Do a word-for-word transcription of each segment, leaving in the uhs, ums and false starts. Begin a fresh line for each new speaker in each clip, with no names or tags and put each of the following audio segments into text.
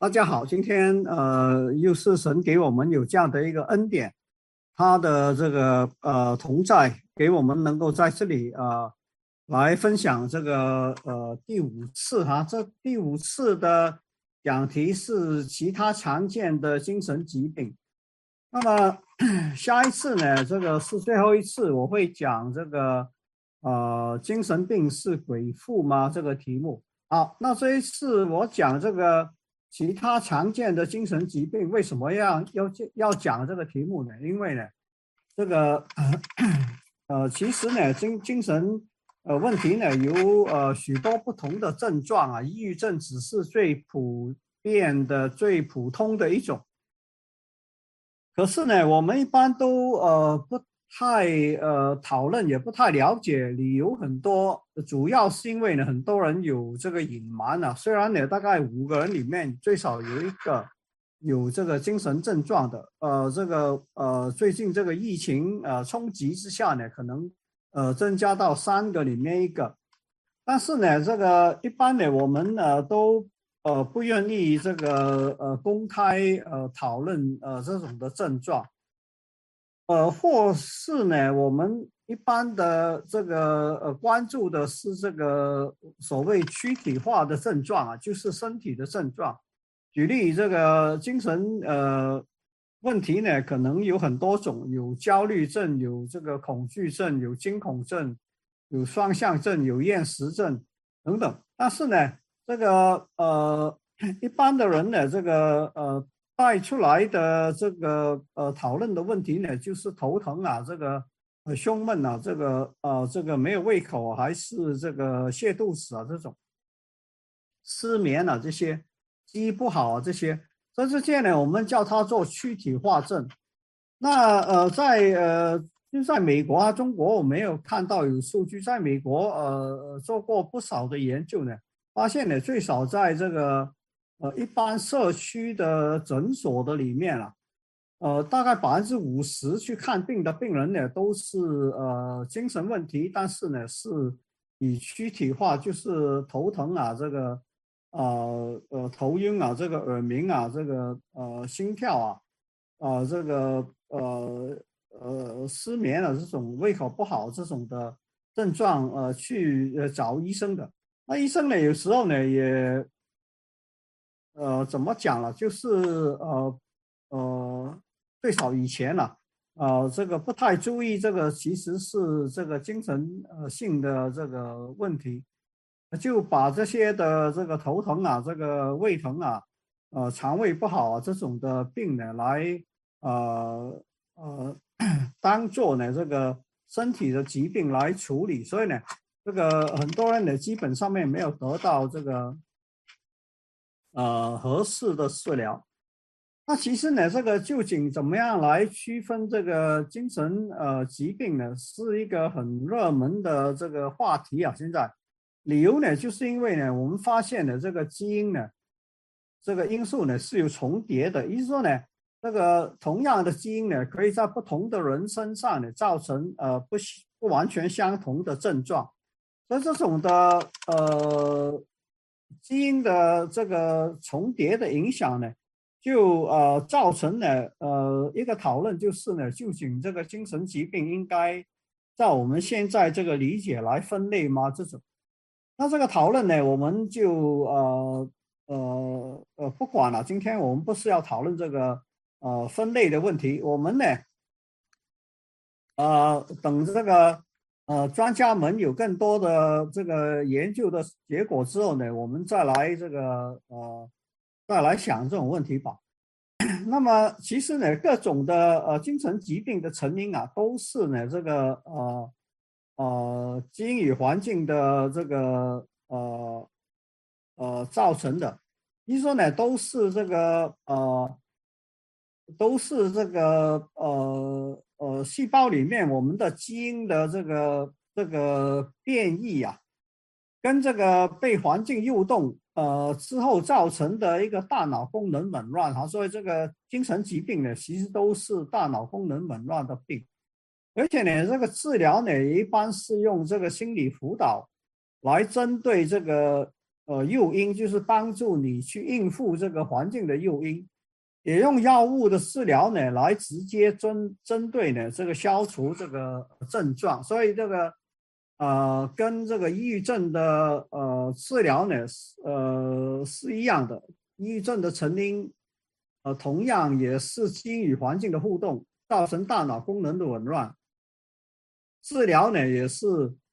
大家好，今天呃又是神给我们有这样的一个恩典，他的这个呃同在，给我们能够在这里呃来分享这个呃第五次哈，这第五次的讲题是其他常见的精神疾病。那么下一次呢，这个是最后一次，我会讲这个呃精神病是鬼附吗这个题目。好，那这一次我讲这个其他常见的精神疾病，为什么要要要讲这个题目呢？因为呢，这个呃，其实呢，精精神呃问题呢有呃许多不同的症状啊，抑郁症只是最普遍的、最普通的一种。可是呢，我们一般都呃不太呃讨论，也不太了解，理由很多，主要是因为呢，很多人有这个隐瞒啊。虽然呢，大概五个人里面最少有一个有这个精神症状的，呃，这个呃最近这个疫情呃冲击之下呢，可能呃增加到三个里面一个。但是呢，这个一般呢，我们呃都呃不愿意这个呃公开呃讨论呃这种的症状，呃或是呢，我们一般的这个呃关注的是这个所谓躯体化的症状啊，就是身体的症状。举例这个精神呃问题呢，可能有很多种，有焦虑症，有这个恐惧症，有惊恐症，有双向症，有厌食症等等。但是呢，这个呃一般的人呢，这个呃带出来的这个呃讨论的问题呢，就是头疼啊，这个呃胸闷啊，这个呃这个没有胃口啊，还是这个泻肚子啊这种。失眠啊这些，记忆不好啊这些，所以这些呢，我们叫它做躯体化症。那呃，在呃，就在美国啊，中国我没有看到有数据，在美国呃做过不少的研究呢，发现呢，最少在这个呃一般社区的诊所的里面啊，呃，大概百分之五十去看病的病人呢，都是呃精神问题，但是呢是以躯体化，就是头疼啊，这个呃呃头晕啊，这个耳鸣啊，这个呃心跳啊，啊、这个呃呃失眠啊这种胃口不好这种的症状，呃去呃找医生的。那医生呢有时候呢也呃怎么讲了，就是呃呃最少以前了。呃，这个不太注意，这个其实是这个精神呃性的这个问题，就把这些的这个头疼啊，这个胃疼啊，呃，肠胃不好啊这种的病呢，来呃呃当做呢这个身体的疾病来处理，所以呢，这个很多人呢基本上面没有得到这个呃合适的治疗。那其实呢，这个究竟怎么样来区分这个精神呃疾病呢，是一个很热门的这个话题啊。现在理由呢，就是因为呢，我们发现呢，这个基因呢，这个因素呢是有重叠的，也就是说呢，这个同样的基因呢，可以在不同的人身上呢造成呃不不完全相同的症状。所以这种的呃基因的这个重叠的影响呢。就呃造成了呃一个讨论，就是呢，究竟这个精神疾病应该照我们现在这个理解来分类吗？这种，那这个讨论呢，我们就呃呃呃不管了。今天我们不是要讨论这个呃分类的问题，我们呢呃等这个呃专家们有更多的这个研究的结果之后呢，我们再来这个呃再来想这种问题吧。那么其实呢，各种的呃精神疾病的成因啊，都是呢这个呃呃基因与环境的这个呃呃造成的。一说呢，都是这个呃都是这个呃呃细胞里面我们的基因的这个这个变异啊，跟这个被环境诱动呃之后造成的一个大脑功能紊乱哈，所以这个精神疾病呢，其实都是大脑功能紊乱的病。而且呢，这个治疗呢，一般是用这个心理辅导来针对这个呃诱因，就是帮助你去应付这个环境的诱因，也用药物的治疗呢来直接针针对呢这个消除这个症状，所以这个呃跟这个抑郁症的呃治疗呢呃是一样的，抑郁症的成因呃同样也是基于环境的互动造成大脑功能的紊乱，治疗呢也是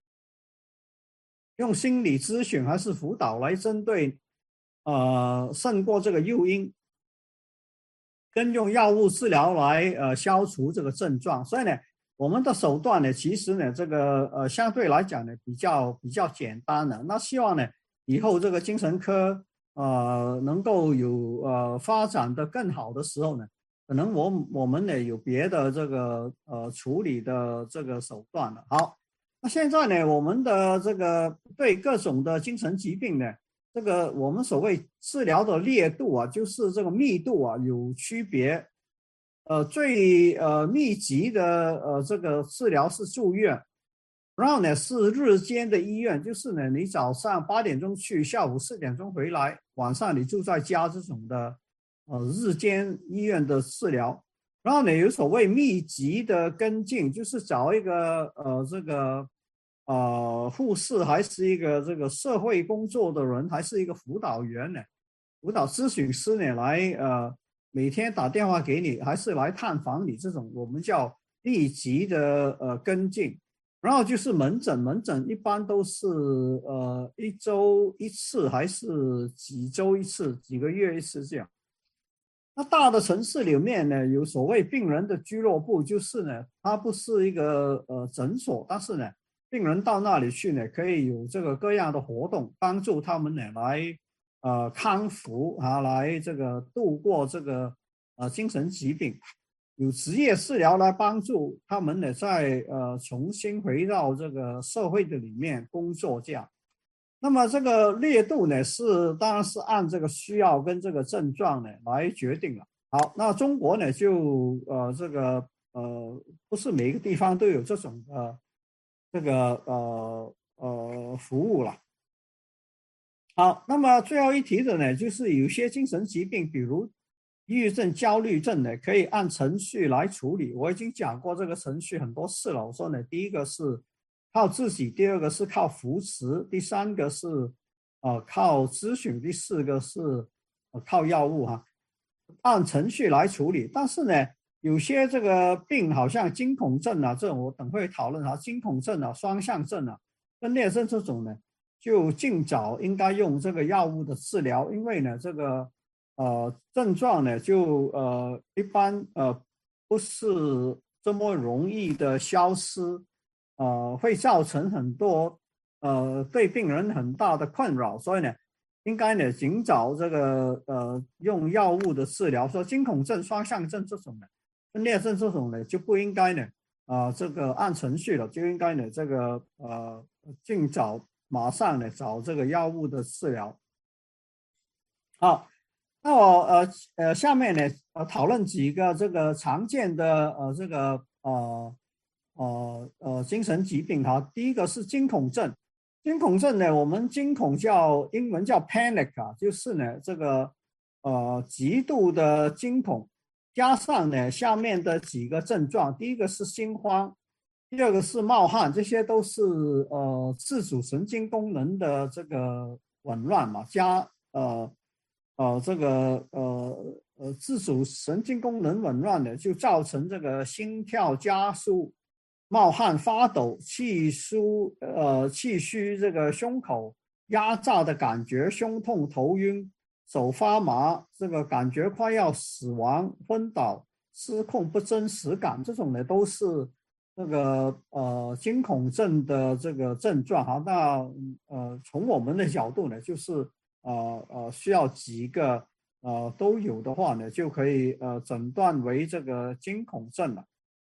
用心理咨询还是辅导来针对呃胜过这个诱因。跟用药物治疗来呃消除这个症状，所以呢，我们的手段呢，其实呢，这个呃相对来讲呢比较比较简单的。那希望呢，以后这个精神科呃能够有呃发展的更好的时候呢，可能我我们呢有别的这个呃处理的这个手段了。好，那现在呢，我们的这个对各种的精神疾病呢。这个我们所谓治疗的烈度啊，就是这个密度啊有区别。呃，最呃密集的呃这个治疗是住院，然后呢是日间的医院，就是呢你早上八点钟去，下午四点钟回来，晚上你住在家这种的呃日间医院的治疗。然后呢有所谓密集的跟进，就是找一个呃这个。呃，护士还是一个这个社会工作的人，还是一个辅导员呢？辅导咨询师呢，来呃每天打电话给你，还是来探访你这种，我们叫立即的呃跟进。然后就是门诊，门诊一般都是呃一周一次，还是几周一次，几个月一次这样。那大的城市里面呢，有所谓病人的俱乐部，就是呢，它不是一个呃诊所，但是呢。病人到那里去呢，可以有这个各样的活动，帮助他们呢来呃康复啊，来这个度过这个呃精神疾病，有职业治疗来帮助他们呢再呃重新回到这个社会的里面工作这样。那么这个烈度呢是当然是按这个需要跟这个症状呢来决定了。好，那中国呢就呃这个呃不是每个地方都有这种呃。这个呃呃服务了。好，那么最后一提的呢，就是有些精神疾病，比如抑郁症、焦虑症呢，可以按程序来处理。我已经讲过这个程序很多次了。我说呢，第一个是靠自己，第二个是靠扶持，第三个是呃靠咨询，第四个是呃靠药物哈，按程序来处理。但是呢，有些这个病好像惊恐症啊，这种我等会讨论啊，惊恐症啊、双向症啊、分裂症这种呢，就尽早应该用这个药物的治疗，因为呢，这个呃症状呢就呃一般呃不是这么容易的消失，呃会造成很多呃对病人很大的困扰，所以呢。应该呢，尽早这个呃用药物的治疗，说惊恐症、双向症这种的，分裂症这种呢就不应该呢啊、呃、这个按程序了，就应该呢这个呃尽早马上呢找这个药物的治疗。好，那我呃呃下面呢呃讨论几个这个常见的呃这个呃呃呃精神疾病哈。第一个是惊恐症，惊恐症呢，我们惊恐叫英文叫 panic 啊，就是呢这个呃极度的惊恐，加上呢下面的几个症状，第一个是心慌，第二个是冒汗，这些都是呃自主神经功能的这个紊乱嘛，加呃。呃，这个呃呃自主神经功能紊乱的，就造成这个心跳加速、冒汗、发抖、气虚呃气虚，这个胸口压榨的感觉、胸痛、头晕、手发麻，这个感觉快要死亡、昏倒、失控、不真实感，这种呢都是这个呃惊恐症的这个症状哈。那呃从我们的角度呢，就是。呃呃，需要几个呃都有的话呢，就可以呃诊断为这个惊恐症了。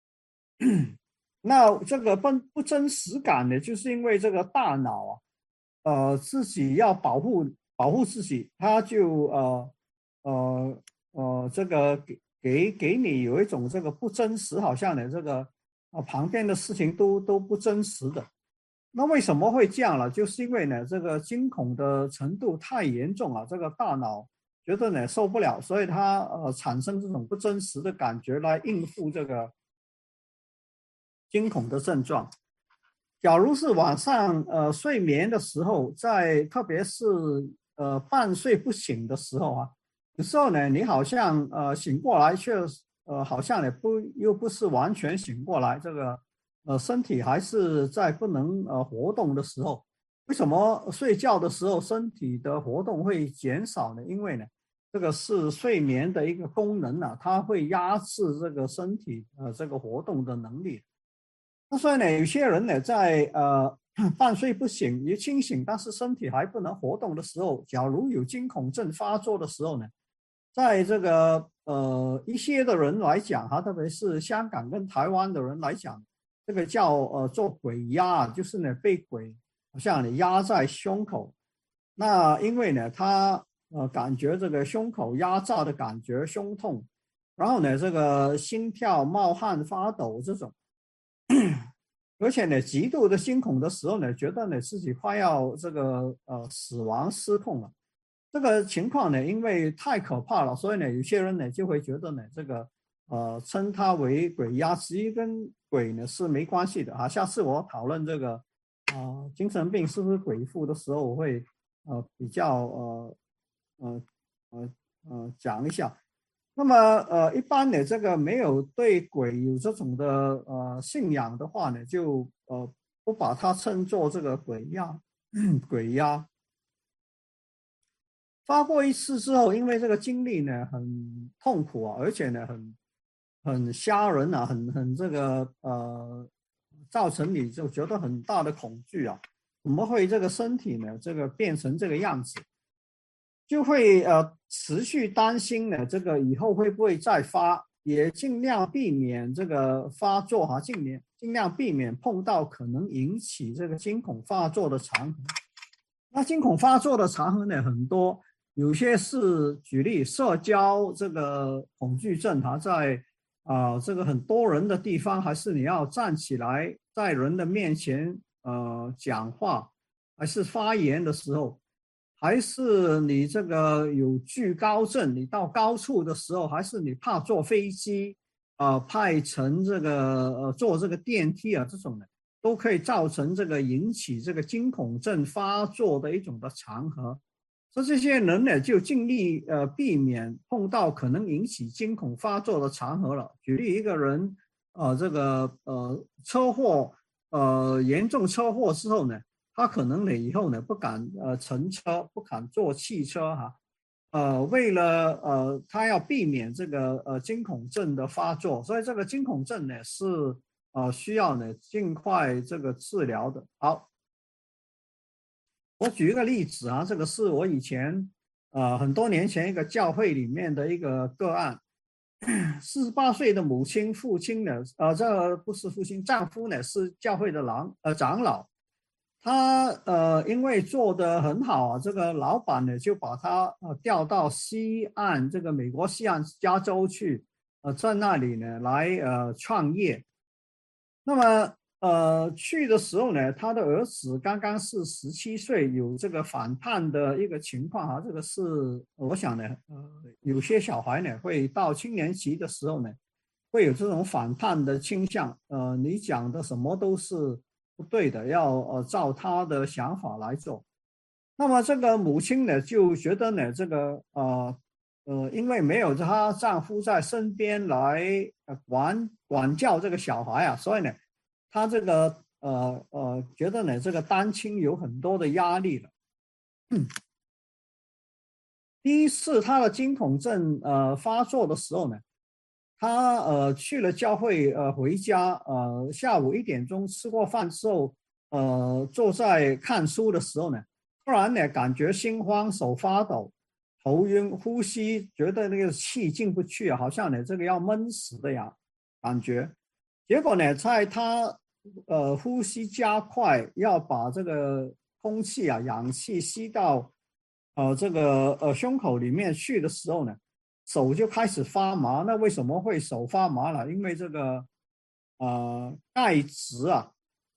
那这个不不真实感呢，就是因为这个大脑啊，呃自己要保护保护自己，他就呃呃呃这个给给给你有一种这个不真实，好像呢这个啊、呃、旁边的事情都都不真实的。 那为什么会这样了？就是因为呢，这个惊恐的程度太严重了，这个大脑觉得呢受不了，所以它呃产生这种不真实的感觉来应付这个惊恐的症状。假如是晚上呃睡眠的时候，在特别是呃半睡不醒的时候啊，有时候呢你好像呃醒过来却呃好像呢不又不是完全醒过来，这个呃身体还是在不能呃活动的时候。为什么睡觉的时候身体的活动会减少呢？因为呢这个是睡眠的一个功能啊，它会压制这个身体呃这个活动的能力。那所以呢，有些人呢，在呃半睡不醒也清醒，但是身体还不能活动的时候，假如有惊恐症发作的时候呢，在这个呃一些的人来讲哈，特别是香港跟台湾的人来讲，这个叫呃做鬼压，就是呢被鬼好像你压在胸口，那因为呢他呃感觉这个胸口压榨的感觉，胸痛，然后呢这个心跳冒汗发抖这种。而且呢，极度的惊恐的时候呢，觉得呢自己快要这个呃死亡失控了。这个情况呢，因为太可怕了，所以呢，有些人呢就会觉得呢，这个呃称它为鬼压，实际跟鬼呢是没关系的啊。下次我讨论这个啊、呃、精神病是不是鬼附的时候，我会呃比较呃呃呃呃讲一下。那么呃，一般的这个没有对鬼有这种的呃信仰的话呢，就呃不把它称作这个鬼压。鬼压发过一次之后，因为这个经历呢很痛苦啊，而且呢很很吓人啊，很很这个呃，造成你就觉得很大的恐惧啊，怎么会这个身体呢这个变成这个样子？就会呃持续担心呢，这个以后会不会再发，也尽量避免这个发作哈，尽量尽量避免碰到可能引起这个惊恐发作的场合。那惊恐发作的场合呢很多，有些是举例社交这个恐惧症哈，在啊、呃、这个很多人的地方，还是你要站起来在人的面前呃讲话，还是发言的时候。还是你这个有惧高症，你到高处的时候，还是你怕坐飞机啊、呃，派乘这个呃坐这个电梯啊，这种的都可以造成这个引起这个惊恐症发作的一种的场合。所以这些人呢，就尽力呃避免碰到可能引起惊恐发作的场合了。举例一个人呃这个呃车祸呃严重车祸之后呢。他可能呢以后呢不敢呃乘车，不敢坐汽车哈，呃，为了呃他要避免这个呃惊恐症的发作，所以这个惊恐症呢是呃需要呢尽快这个治疗的。好，我举一个例子啊，这个是我以前呃很多年前一个教会里面的一个个案，四十八岁的母亲，父亲呢呃这不是父亲，丈夫呢是教会的郎呃长老。他呃，因为做得很好啊，这个老板呢就把他呃调到西岸，这个美国西岸加州去，呃，在那里呢来呃创业。那么呃去的时候呢，他的儿子刚刚是十七岁，有这个反叛的一个情况啊，这个是我想呢，呃，有些小孩呢会到青年期的时候呢，会有这种反叛的倾向，呃，你讲的什么都是不对的，要呃照他的想法来做。那么这个母亲呢，就觉得呢，这个呃呃，因为没有她丈夫在身边来呃管管教这个小孩啊，所以呢，她这个呃呃，觉得呢，这个单亲有很多的压力了。第一次她的惊恐症呃发作的时候呢，她呃去了教会呃回家呃下午一点钟吃过饭之后，呃坐在看书的时候呢。突然呢，感觉心慌、手发抖、头晕、呼吸觉得那个气进不去，好像呢这个要闷死的呀感觉。结果呢，在他呃呼吸加快，要把这个空气啊、氧气吸到呃这个呃胸口里面去的时候呢，手就开始发麻。那为什么会手发麻了？因为这个呃钙质啊。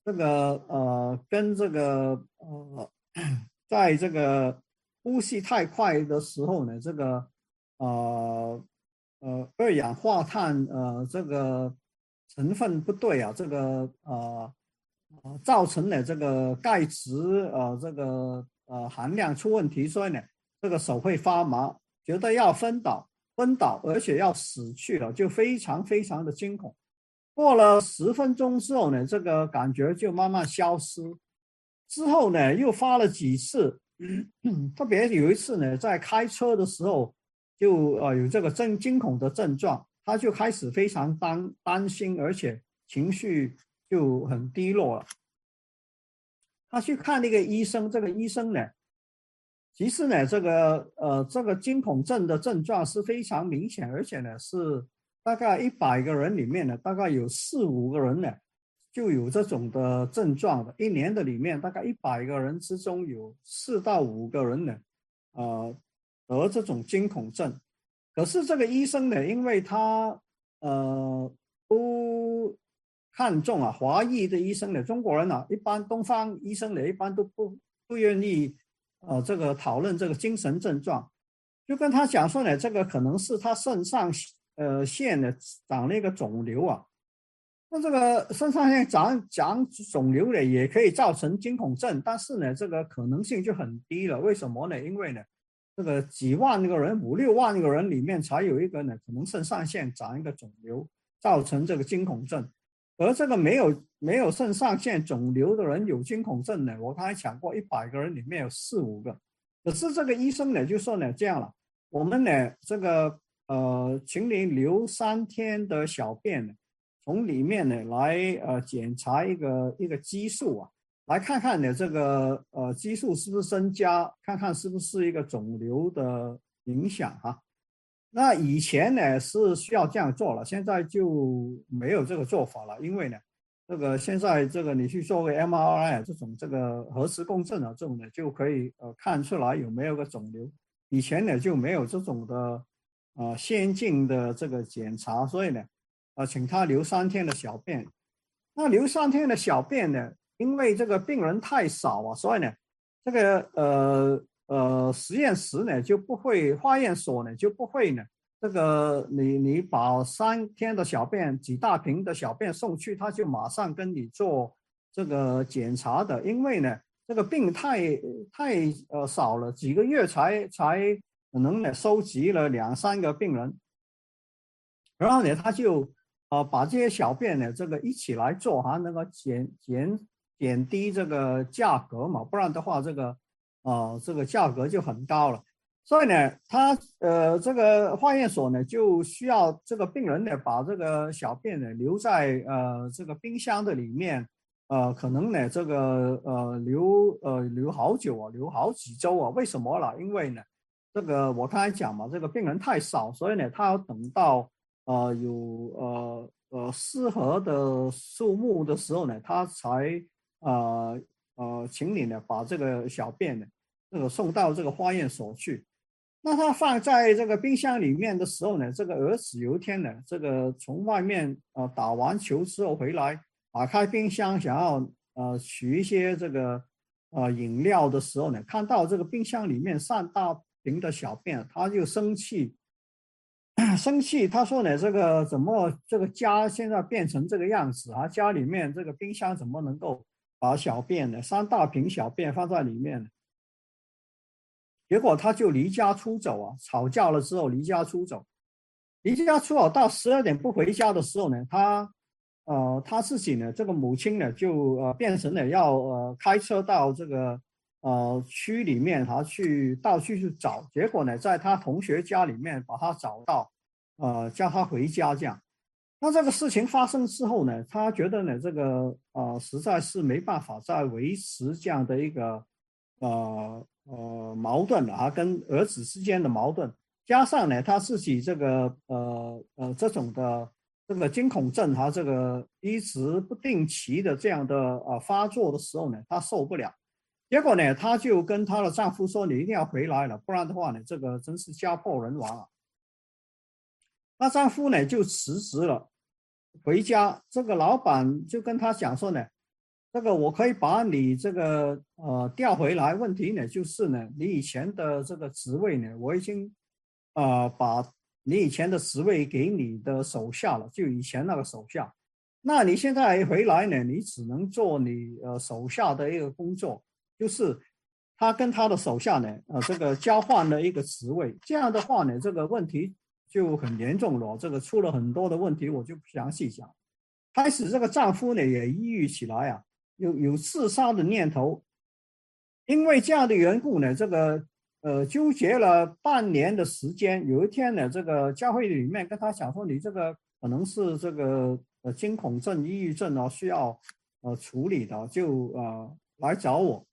这个呃跟这个呃在这个呼吸太快的时候呢，这个呃呃二氧化碳呃这个成分不对啊，这个呃呃造成了这个钙质呃这个呃含量出问题，所以呢这个手会发麻，觉得要昏倒昏倒，而且要死去了，就非常非常的惊恐。过了十分钟之后呢，这个感觉就慢慢消失。之后呢，又发了几次，特别有一次呢，在开车的时候就呃有这个惊惊恐的症状，他就开始非常担担心，而且情绪就很低落了。他去看那个医生，这个医生呢，其实呢，这个呃这个惊恐症的症状是非常明显，而且呢是大概一百个人里面呢，大概有四五个人呢就有这种的症状的。一年的里面，大概一百个人之中有四到五个人呢，呃得这种惊恐症。可是这个医生呢，因为他呃不看重啊，华裔的医生呢，中国人啊，一般东方医生呢，一般都不不愿意。呃，这个讨论这个精神症状，就跟他讲说呢，这个可能是他肾上呃腺呢长了一个肿瘤啊。那这个肾上腺长长肿瘤呢，也可以造成惊恐症，但是呢，这个可能性就很低了。为什么呢？因为呢，这个几万个人、五六万个人里面才有一个呢，可能肾上腺长一个肿瘤，造成这个惊恐症。而这个没有没有肾上腺肿瘤的人有惊恐症呢，我刚才讲过，一百个人里面有四五个。可是这个医生呢就说呢这样了，我们呢这个呃，请你留三天的小便呢，从里面呢来呃检查一个一个激素啊，来看看呢这个呃激素是不是增加，看看是不是一个肿瘤的影响哈、啊。那以前呢是需要这样做了，现在就没有这个做法了，因为呢，这个现在这个你去做个 M R I 这种这个核磁共振啊，这种呢就可以呃看出来有没有个肿瘤。以前呢就没有这种的呃先进的这个检查，所以呢，呃，请他留三天的小便。那留三天的小便呢，因为这个病人太少啊，所以呢，这个呃。呃，实验室呢就不会，化验所呢就不会呢。这个你你把三天的小便几大瓶的小便送去，他就马上跟你做这个检查的，因为呢这个病太太呃少了，几个月才才可能呢收集了两三个病人，然后呢他就呃把这些小便呢这个一起来做哈，那个减减减低这个价格嘛，不然的话这个。哦，这个价格就很高了，所以呢，他呃，这个化验所呢就需要这个病人呢把这个小便呢留在呃这个冰箱的里面，呃，可能呢这个呃留呃留好久啊，留好几周啊。为什么了？因为呢，这个我刚才讲嘛，这个病人太少，所以呢，他要等到呃有呃呃适合的数目的时候呢，他才呃呃请你呢把这个小便呢。这个送到这个化验所去，那他放在这个冰箱里面的时候呢，这个儿子有一天呢，这个从外面呃打完球之后回来，打开冰箱想要呃取一些这个呃饮料的时候呢，看到这个冰箱里面三大瓶的小便，他就生气，生气，他说呢，这个怎么这个家现在变成这个样子啊？家里面这个冰箱怎么能够把小便呢，三大瓶小便放在里面呢？结果他就离家出走啊，吵架了之后离家出走，离家出走到十二点不回家的时候呢，他呃他自己呢，这个母亲呢就呃变成了要呃开车到这个呃区里面他去到处去找，结果呢在他同学家里面把他找到，呃叫他回家这样。那这个事情发生之后呢，他觉得呢这个呃实在是没办法再维持这样的一个呃。呃，矛盾啊，跟儿子之间的矛盾，加上呢，他自己这个呃呃这种的这个惊恐症，他这个一直不定期的这样的呃发作的时候呢，他受不了，结果呢，他就跟她的丈夫说：“你一定要回来了，不然的话呢，这个真是家破人亡啊。”那丈夫呢就辞职了，回家。这个老板就跟他讲说呢。 这个我可以把你这个呃调回来。问题呢就是呢，你以前的这个职位呢，我已经呃把你以前的职位给你的手下了，就以前那个手下。那你现在回来呢，你只能做你呃手下的一个工作，就是他跟他的手下呢，呃这个交换了一个职位。这样的话呢，这个问题就很严重了，这个出了很多的问题，我就不详细讲。开始这个丈夫呢也抑郁起来啊。有有自杀的念头。因为这样的缘故呢，这个呃纠结了半年的时间。有一天呢，这个教会里面跟他讲说，你这个可能是这个呃惊恐症、抑郁症哦，需要呃处理的，就呃来找我。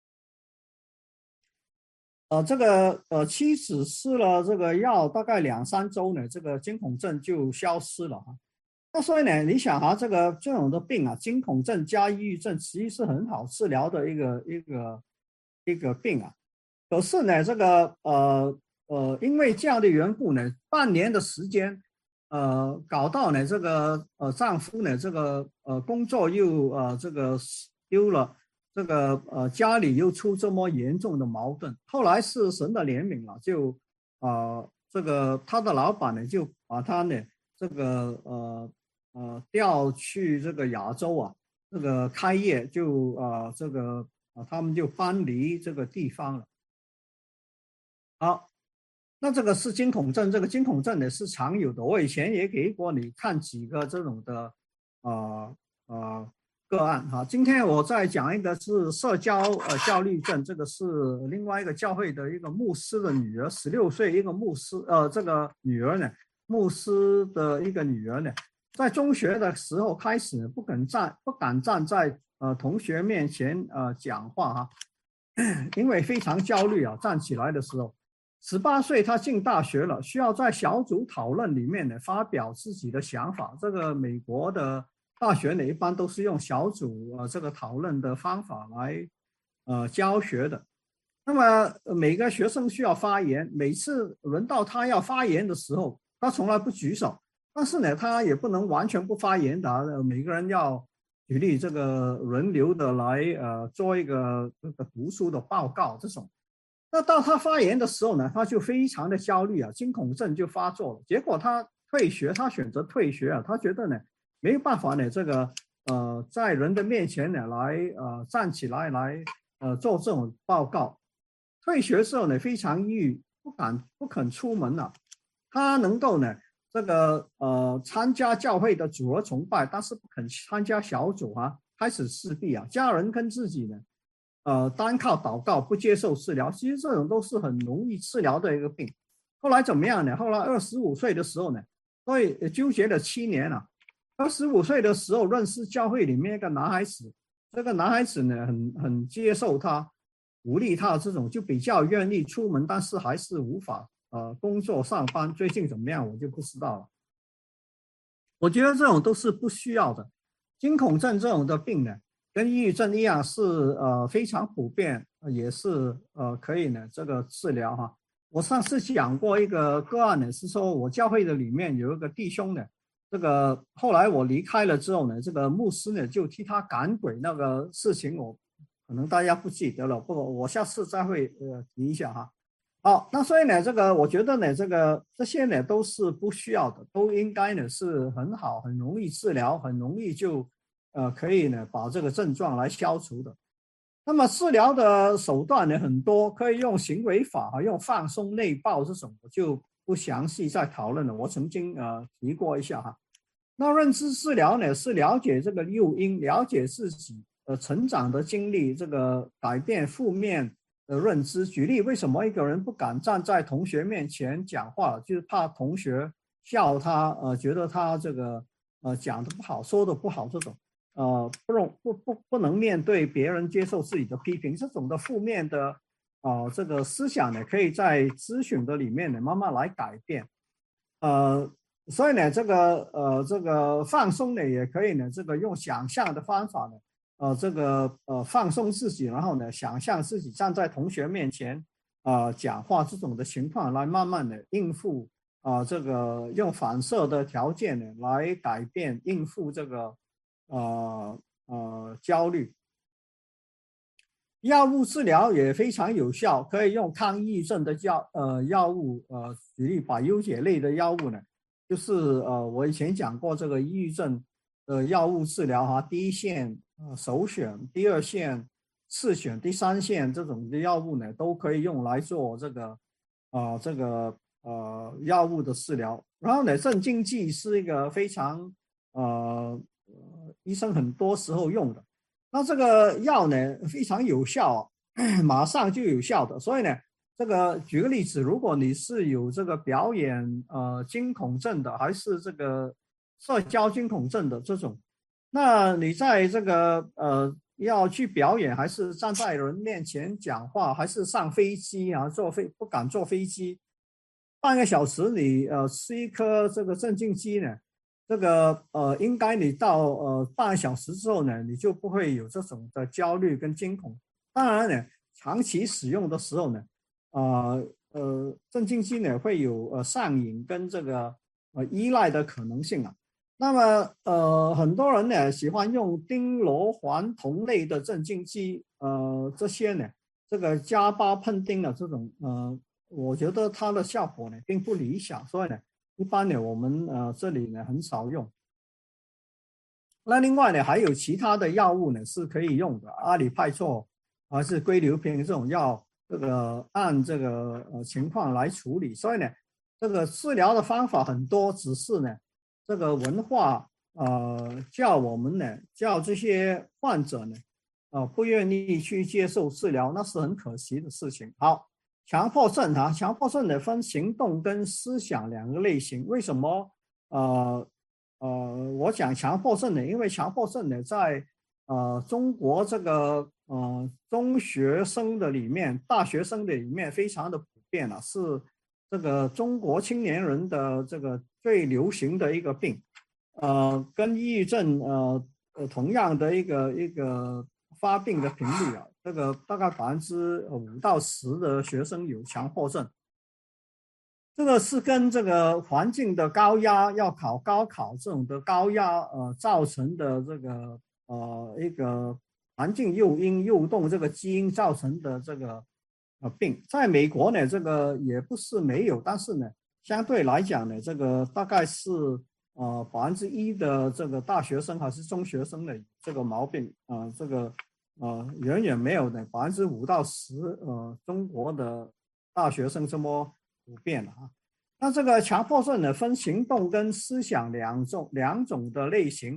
呃，这个呃妻子吃了这个药，大概两三周呢，这个惊恐症就消失了哈。那所以呢，你想哈，这个这种的病啊，惊恐症加抑郁症，其实是很好治疗的一个一个一个病啊。可是呢，这个呃呃，因为这样的缘故呢，半年的时间，呃，搞到呢这个呃丈夫呢这个呃工作又呃这个丢了，这个呃家里又出这么严重的矛盾。后来是神的怜悯了，就呃这个他的老板呢就把他呢这个呃。呃，调去这个亚洲啊，这个开业就呃这个啊、呃，他们就搬离这个地方了。好，那这个是惊恐症，这个惊恐症呢是常有的。我以前也给过你看几个这种的呃呃个案哈。今天我再讲一个是社交呃焦虑症，这个是另外一个教会的一个牧师的女儿，十六岁一个牧师呃这个女儿呢，牧师的一个女儿呢。在中学的时候开始不敢站不敢站在呃同学面前呃讲话哈，因为非常焦虑啊。站起来的时候，十八岁他进大学了，需要在小组讨论里面呢发表自己的想法。这个美国的大学呢一般都是用小组呃这个讨论的方法来呃教学的。那么每个学生需要发言，每次轮到他要发言的时候，他从来不举手。但是呢，他也不能完全不发言的，每个人要举例这个轮流的来呃做一个这个读书的报告这种。那到他发言的时候呢，他就非常的焦虑啊，惊恐症就发作了。结果他退学，他选择退学啊，他觉得呢没有办法呢，这个呃在人的面前呢来呃站起来来呃做这种报告。退学之后呢，非常抑郁，不敢不肯出门了。他能够呢。这个呃，参加教会的主日崇拜，但是不肯参加小组啊，开始自闭啊。家人跟自己呢，呃，单靠祷告，不接受治疗。其实这种都是很容易治疗的一个病。后来怎么样呢？后来二十五岁的时候呢，所以纠结了七年了、啊。二十五岁的时候认识教会里面一个男孩子，这个男孩子呢，很很接受他，鼓励他这种，就比较愿意出门，但是还是无法。呃，工作上班最近怎么样，我就不知道了。我觉得这种都是不需要的。惊恐症这种的病呢，跟抑郁症一样是呃非常普遍，也是呃可以呢这个治疗哈。我上次讲过一个个案呢，是说我教会的里面有一个弟兄呢，这个后来我离开了之后呢，这个牧师呢就替他赶鬼那个事情，我可能大家不记得了，不过我下次再会呃提一下哈。好，那所以呢，这个我觉得呢，这个这些呢都是不需要的，都应该呢是很好、很容易治疗，很容易就呃可以呢把这个症状来消除的。那么治疗的手段呢很多，可以用行为法和用放松内爆这种，我就不详细再讨论了。我曾经呃提过一下哈。那认知治疗呢是了解这个诱因，了解自己呃成长的经历，这个改变负面的认知。举例，为什么一个人不敢站在同学面前讲话，就是怕同学笑他，呃，觉得他这个呃讲的不好，说的不好，这种呃不容不不不能面对别人接受自己的批评，这种的负面的啊、呃、这个思想呢，可以在咨询的里面呢慢慢来改变，呃。所以呢，这个呃，这个放松呢，也可以呢，这个用想象的方法呢，呃，这个呃放松自己，然后呢，想象自己站在同学面前，啊、呃，讲话这种的情况，来慢慢的应付啊、呃，这个用反射的条件呢，来改变应付这个呃呃焦虑。药物治疗也非常有效，可以用抗抑郁症的药呃药物，呃，举例百忧解类的药物呢，就是呃我以前讲过这个抑郁症的药物治疗哈，第一线呃首选，第二线次选，第三线这种的药物呢，都可以用来做这个啊、呃、这个呃药物的治疗。然后呢，镇静剂是一个非常呃医生很多时候用的。那这个药呢非常有效，马上就有效的。所以呢，这个举个例子，如果你是有这个表演呃惊恐症的，还是这个社交惊恐症的这种，那你在这个呃要去表演，还是站在人面前讲话，还是上飞机啊，坐飞不敢坐飞机，半个小时你呃吃一颗这个镇静剂呢？这个呃，应该你到呃半个小时之后呢，你就不会有这种的焦虑跟惊恐。当然呢，长期使用的时候呢，啊 呃, 呃镇静剂呢会有呃上瘾跟这个呃依赖的可能性啊。那么呃很多人呢喜欢用丁螺环酮类的镇静剂，呃这些呢这个加巴喷丁的这种呃，我觉得它的效果呢并不理想，所以呢。一般呢，我们呃这里呢很少用。那另外呢，还有其他的药物呢是可以用的，阿里派唑还是归硫平这种药，这个按这个呃情况来处理。所以呢，这个治疗的方法很多，只是呢这个文化呃叫我们呢叫这些患者呢啊、呃、不愿意去接受治疗，那是很可惜的事情。好。强迫症啊，强迫症呢分行动跟思想两个类型。为什么？呃呃，我讲强迫症呢，因为强迫症呢在呃中国这个呃中学生的里面、大学生的里面非常的普遍了、啊，是这个中国青年人的这个最流行的一个病。呃，跟抑郁症呃呃同样的一个一个发病的频率啊。这个大概百分之五到十的学生有强迫症，这个是跟这个环境的高压，要考高考这种的高压呃造成的这个呃一个环境诱因诱动这个基因造成的这个呃病。在美国呢，这个也不是没有，但是呢，相对来讲呢，这个大概是呃百分之一的这个大学生还是中学生的这个毛病啊、呃，这个。呃，远远没有的百分之五到十，呃，中国的大学生这么普遍了啊。那这个强迫症呢，分行动跟思想两种两种的类型。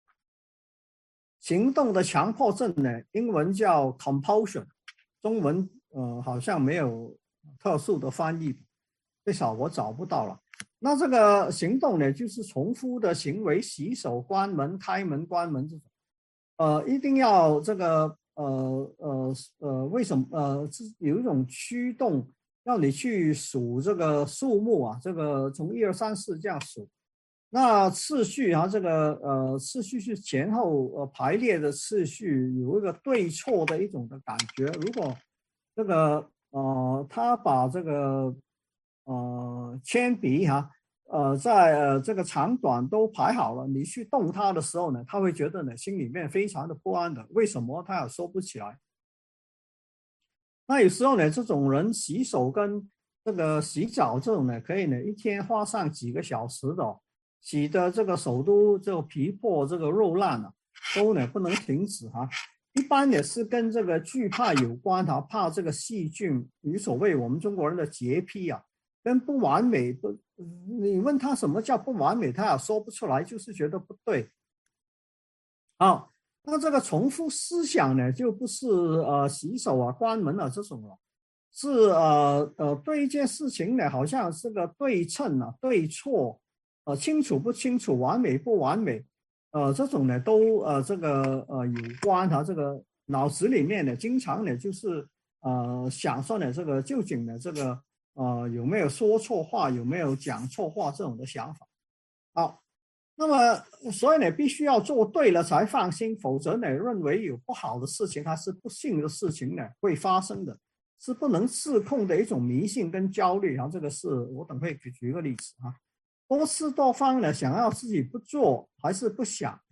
行动的强迫症呢，英文叫 compulsion， 中文呃好像没有特殊的翻译，最少我找不到了。那这个行动呢，就是重复的行为，洗手、关门、开门、关门这种。呃，一定要这个呃呃呃，为什么呃有一种驱动，让你去数这个数目啊？这个从一二三四这样数，那次序啊，这个呃次序是前后呃排列的次序，有一个对错的一种的感觉。如果这个呃他把这个呃铅笔哈、啊。呃，在呃这个长短都排好了，你去动它的时候呢，他会觉得呢心里面非常的不安的。为什么他也说不起来？那有时候呢，这种人洗手跟这个洗澡这种呢，可以呢一天花上几个小时的、哦，洗的这个手都这个皮破这个肉烂了，都呢不能停止哈、啊。一般也是跟这个惧怕有关哈、啊，怕这个细菌，与所谓我们中国人的洁癖啊。跟不完美不，你问他什么叫不完美，他也说不出来，就是觉得不对。好，那这个重复思想呢，就不是呃洗手啊、关门啊这种了，是呃呃对一件事情呢，好像是个对称啊、对错，呃清楚不清楚、完美不完美，呃这种呢都呃这个呃有关啊，这个脑子里面呢，经常呢就是呃想说呢，这个究竟呢这个。呃，有没有说错话，有没有讲错话这种的想法。好，那么所以呢，必须要做对了才放心，否则呢，认为有不好的事情还是不幸的事情呢会发生的，是不能自控的一种迷信跟焦虑啊。这个是我等会举举个例子啊。多思多方呢，想要自己不做还是不想，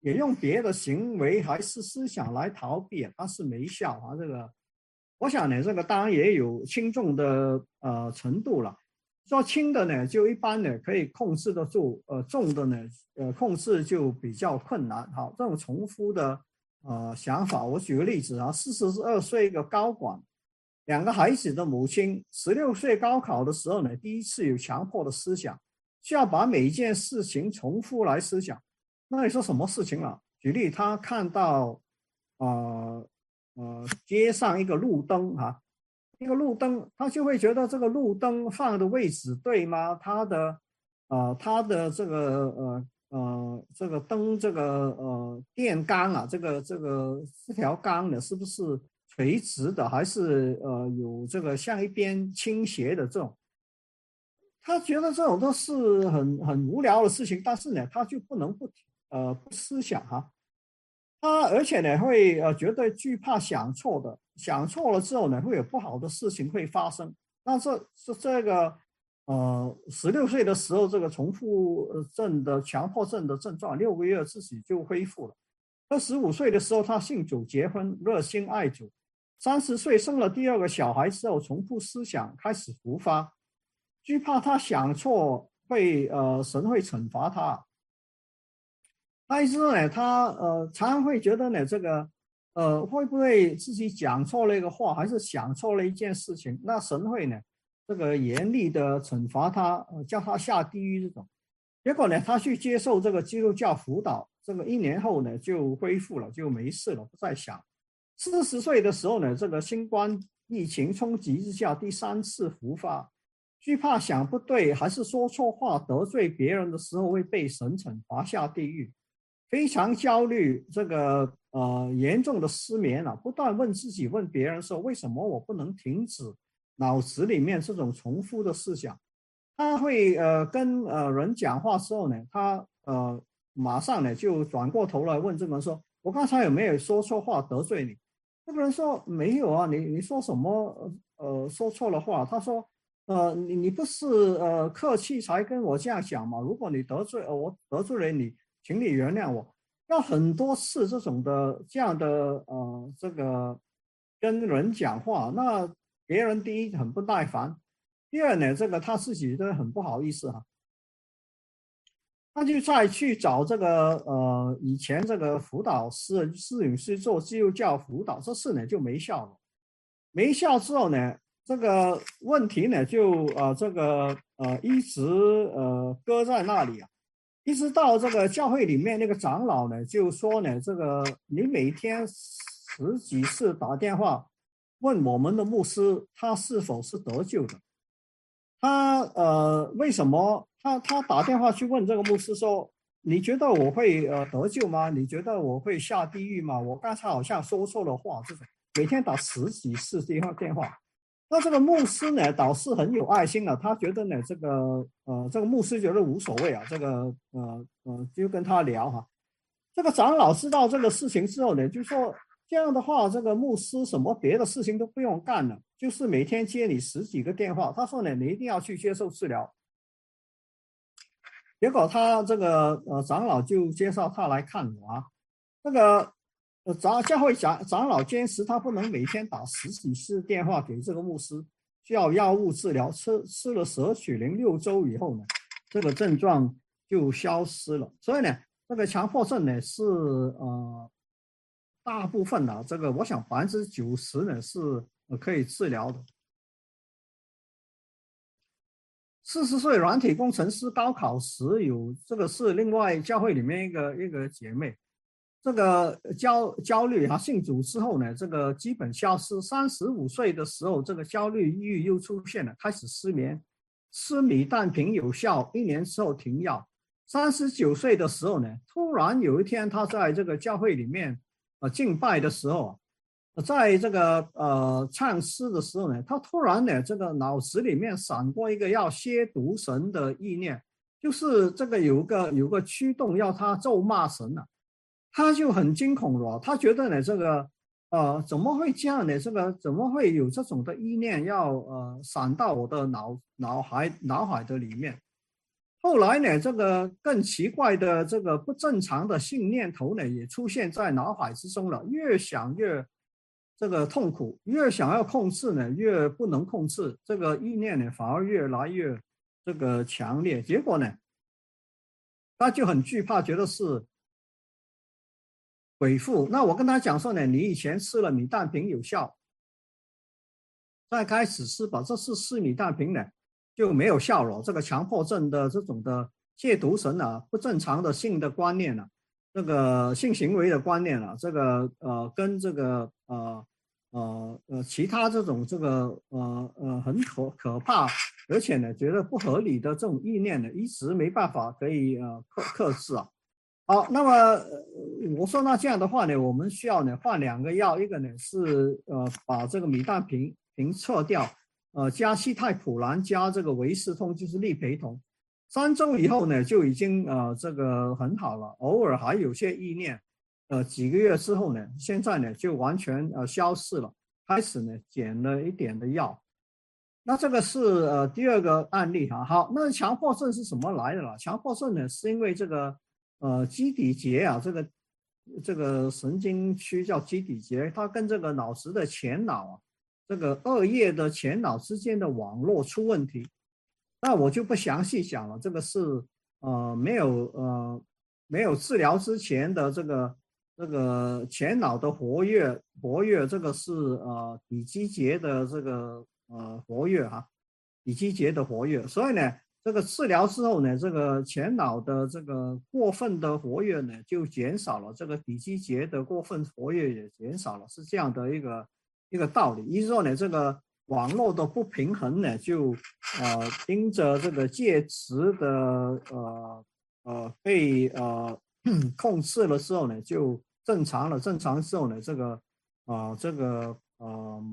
也用别的行为还是思想来逃避，但是没效啊。这个，我想呢，这个当然也有轻重的呃程度了。说轻的呢，就一般呢可以控制得住，呃，重的呢，呃，控制就比较困难。好，这种重复的呃想法，我举个例子啊，四十二岁一个高管，两个孩子的母亲，十六岁高考的时候呢，第一次有强迫的思想，需要把每一件事情重复来思想。那你说什么事情了？举例，他看到，呃呃，街上一个路灯哈、啊，一个路灯，他就会觉得这个路灯放的位置对吗？它的，呃，它的这个呃呃这个灯这个呃电杆啊，这个这个这条杆呢，是不是垂直的，还是呃有这个向一边倾斜的这种？他觉得这种都是很很无聊的事情，但是呢，他就不能不呃不思想哈、啊。他而且呢会呃绝对惧怕想错的，想错了之后呢会有不好的事情会发生。那这是这个呃十六岁的时候，这个重复症的强迫症的症状，六个月自己就恢复了。二十五岁的时候，他信主结婚，热心爱主。三十岁生了第二个小孩之后，重复思想开始复发，惧怕他想错会呃神会惩罚他。他意思呢，他呃常常会觉得呢，这个呃会不会自己讲错了一个话，还是想错了一件事情？那神会呢，这个严厉的惩罚他，呃，叫他下地狱这种。结果呢，他去接受这个基督教辅导，这个一年后呢就恢复了，就没事了，不再想。四十岁的时候呢，这个新冠疫情冲击之下，第三次复发，惧怕想不对，还是说错话得罪别人的时候会被神惩罚下地狱。非常焦虑，这个呃严重的失眠了、啊，不断问自己、问别人说，为什么我不能停止脑子里面这种重复的思想？他会呃跟呃人讲话之后呢，他呃马上呢就转过头来问这个人说，我刚才有没有说错话得罪你？那个人说没有啊，你你说什么呃说错了话？他说呃你你不是呃客气才跟我这样讲嘛？如果你得罪呃我得罪了你。请你原谅我，要很多次这种的这样的呃这个跟人讲话，那别人第一很不耐烦，第二呢，这个他自己都很不好意思哈、啊，他就再去找这个呃以前这个辅导师施女士做基督教辅导，这次呢就没效了，没效之后呢，这个问题呢就呃这个呃一直呃搁在那里啊。一直到这个教会里面那个长老呢，就说呢，这个你每天十几次打电话问我们的牧师，他是否是得救的？他呃，为什么他他打电话去问这个牧师说，你觉得我会呃得救吗？你觉得我会下地狱吗？我刚才好像说错了话，这种每天打十几次电话电话。那这个牧师呢，倒是很有爱心的，他觉得呢，这个呃，这个牧师觉得无所谓啊，这个呃呃，就跟他聊哈。这个长老知道这个事情之后呢，就说这样的话，这个牧师什么别的事情都不用干了，就是每天接你十几个电话。他说呢，你一定要去接受治疗。结果他这个呃长老就介绍他来看我啊，这个。呃，长教会长长老坚持他不能每天打十几次电话给这个牧师，需要药物治疗。吃吃了舍曲灵六周以后呢，这个症状就消失了。所以呢，这个强迫症呢是呃大部分的这个，我想百分之九十呢是呃可以治疗的。四十岁软体工程师高考时有这个是另外教会里面一个一个姐妹。这个焦焦虑哈，信主之后呢，这个基本消失。三十五岁的时候，这个焦虑、抑郁又出现了，开始失眠，吃米氮平有效，一年之后停药。三十九岁的时候呢，突然有一天，他在这个教会里面呃敬拜的时候，在这个呃唱诗的时候呢，他突然呢，这个脑子里面闪过一个要亵渎神的意念，就是这个有个有个驱动要他咒骂神啊。他就很惊恐了，他觉得呢，这个呃怎么会这样呢？这个怎么会有这种的意念要呃闪到我的脑脑海脑海的里面？ 后来呢，这个更奇怪的这个不正常的性念头呢，也出现在脑海之中了。越想越这个痛苦，越想要控制呢，越不能控制。这个意念呢，反而越来越这个强烈。结果呢，他就很惧怕，觉得是鬼附。那我跟他讲说呢，你以前吃了米氮平有效，再开始吃吧，这次吃米氮平呢就没有效了。这个强迫症的这种的戒毒神啊，不正常的性的观念啊，这个性行为的观念啊，这个呃跟这个呃呃呃其他这种这个呃呃很可可怕，而且呢觉得不合理的这种意念呢，一直没办法可以呃克克制啊。好，那么呃我说那这样的话呢，我们需要呢换两个药，一个呢是呃把这个米氮平平撤掉，呃加西泰普兰加这个维士通，就是利培酮，三周以后呢就已经呃这个很好了，偶尔还有些意念，呃几个月之后呢，现在呢就完全呃消失了，开始呢减了一点的药。那这个是呃第二个案例哈。好，那强迫症是什么来的了？强迫症呢是因为这个呃基底节啊，这个这个神经区叫基底节，它跟这个脑子的前脑啊，这个二叶的前脑之间的网络出问题。那我就不详细讲了，这个是呃没有呃没有治疗之前的这个这个前脑的活跃活跃，这个是呃底基节的这个呃活跃哈，底基节的活跃。所以呢，这个治疗之后呢，这个前脑的这个过分的活跃呢就减少了，这个底基节的过分活跃也减少了，是这样的一个一个道理。意思说呢，这个网络的不平衡呢，就呃盯着这个介质的呃呃被呃控制了之后呢，就正常了。正常之后呢，这个啊、呃、这个呃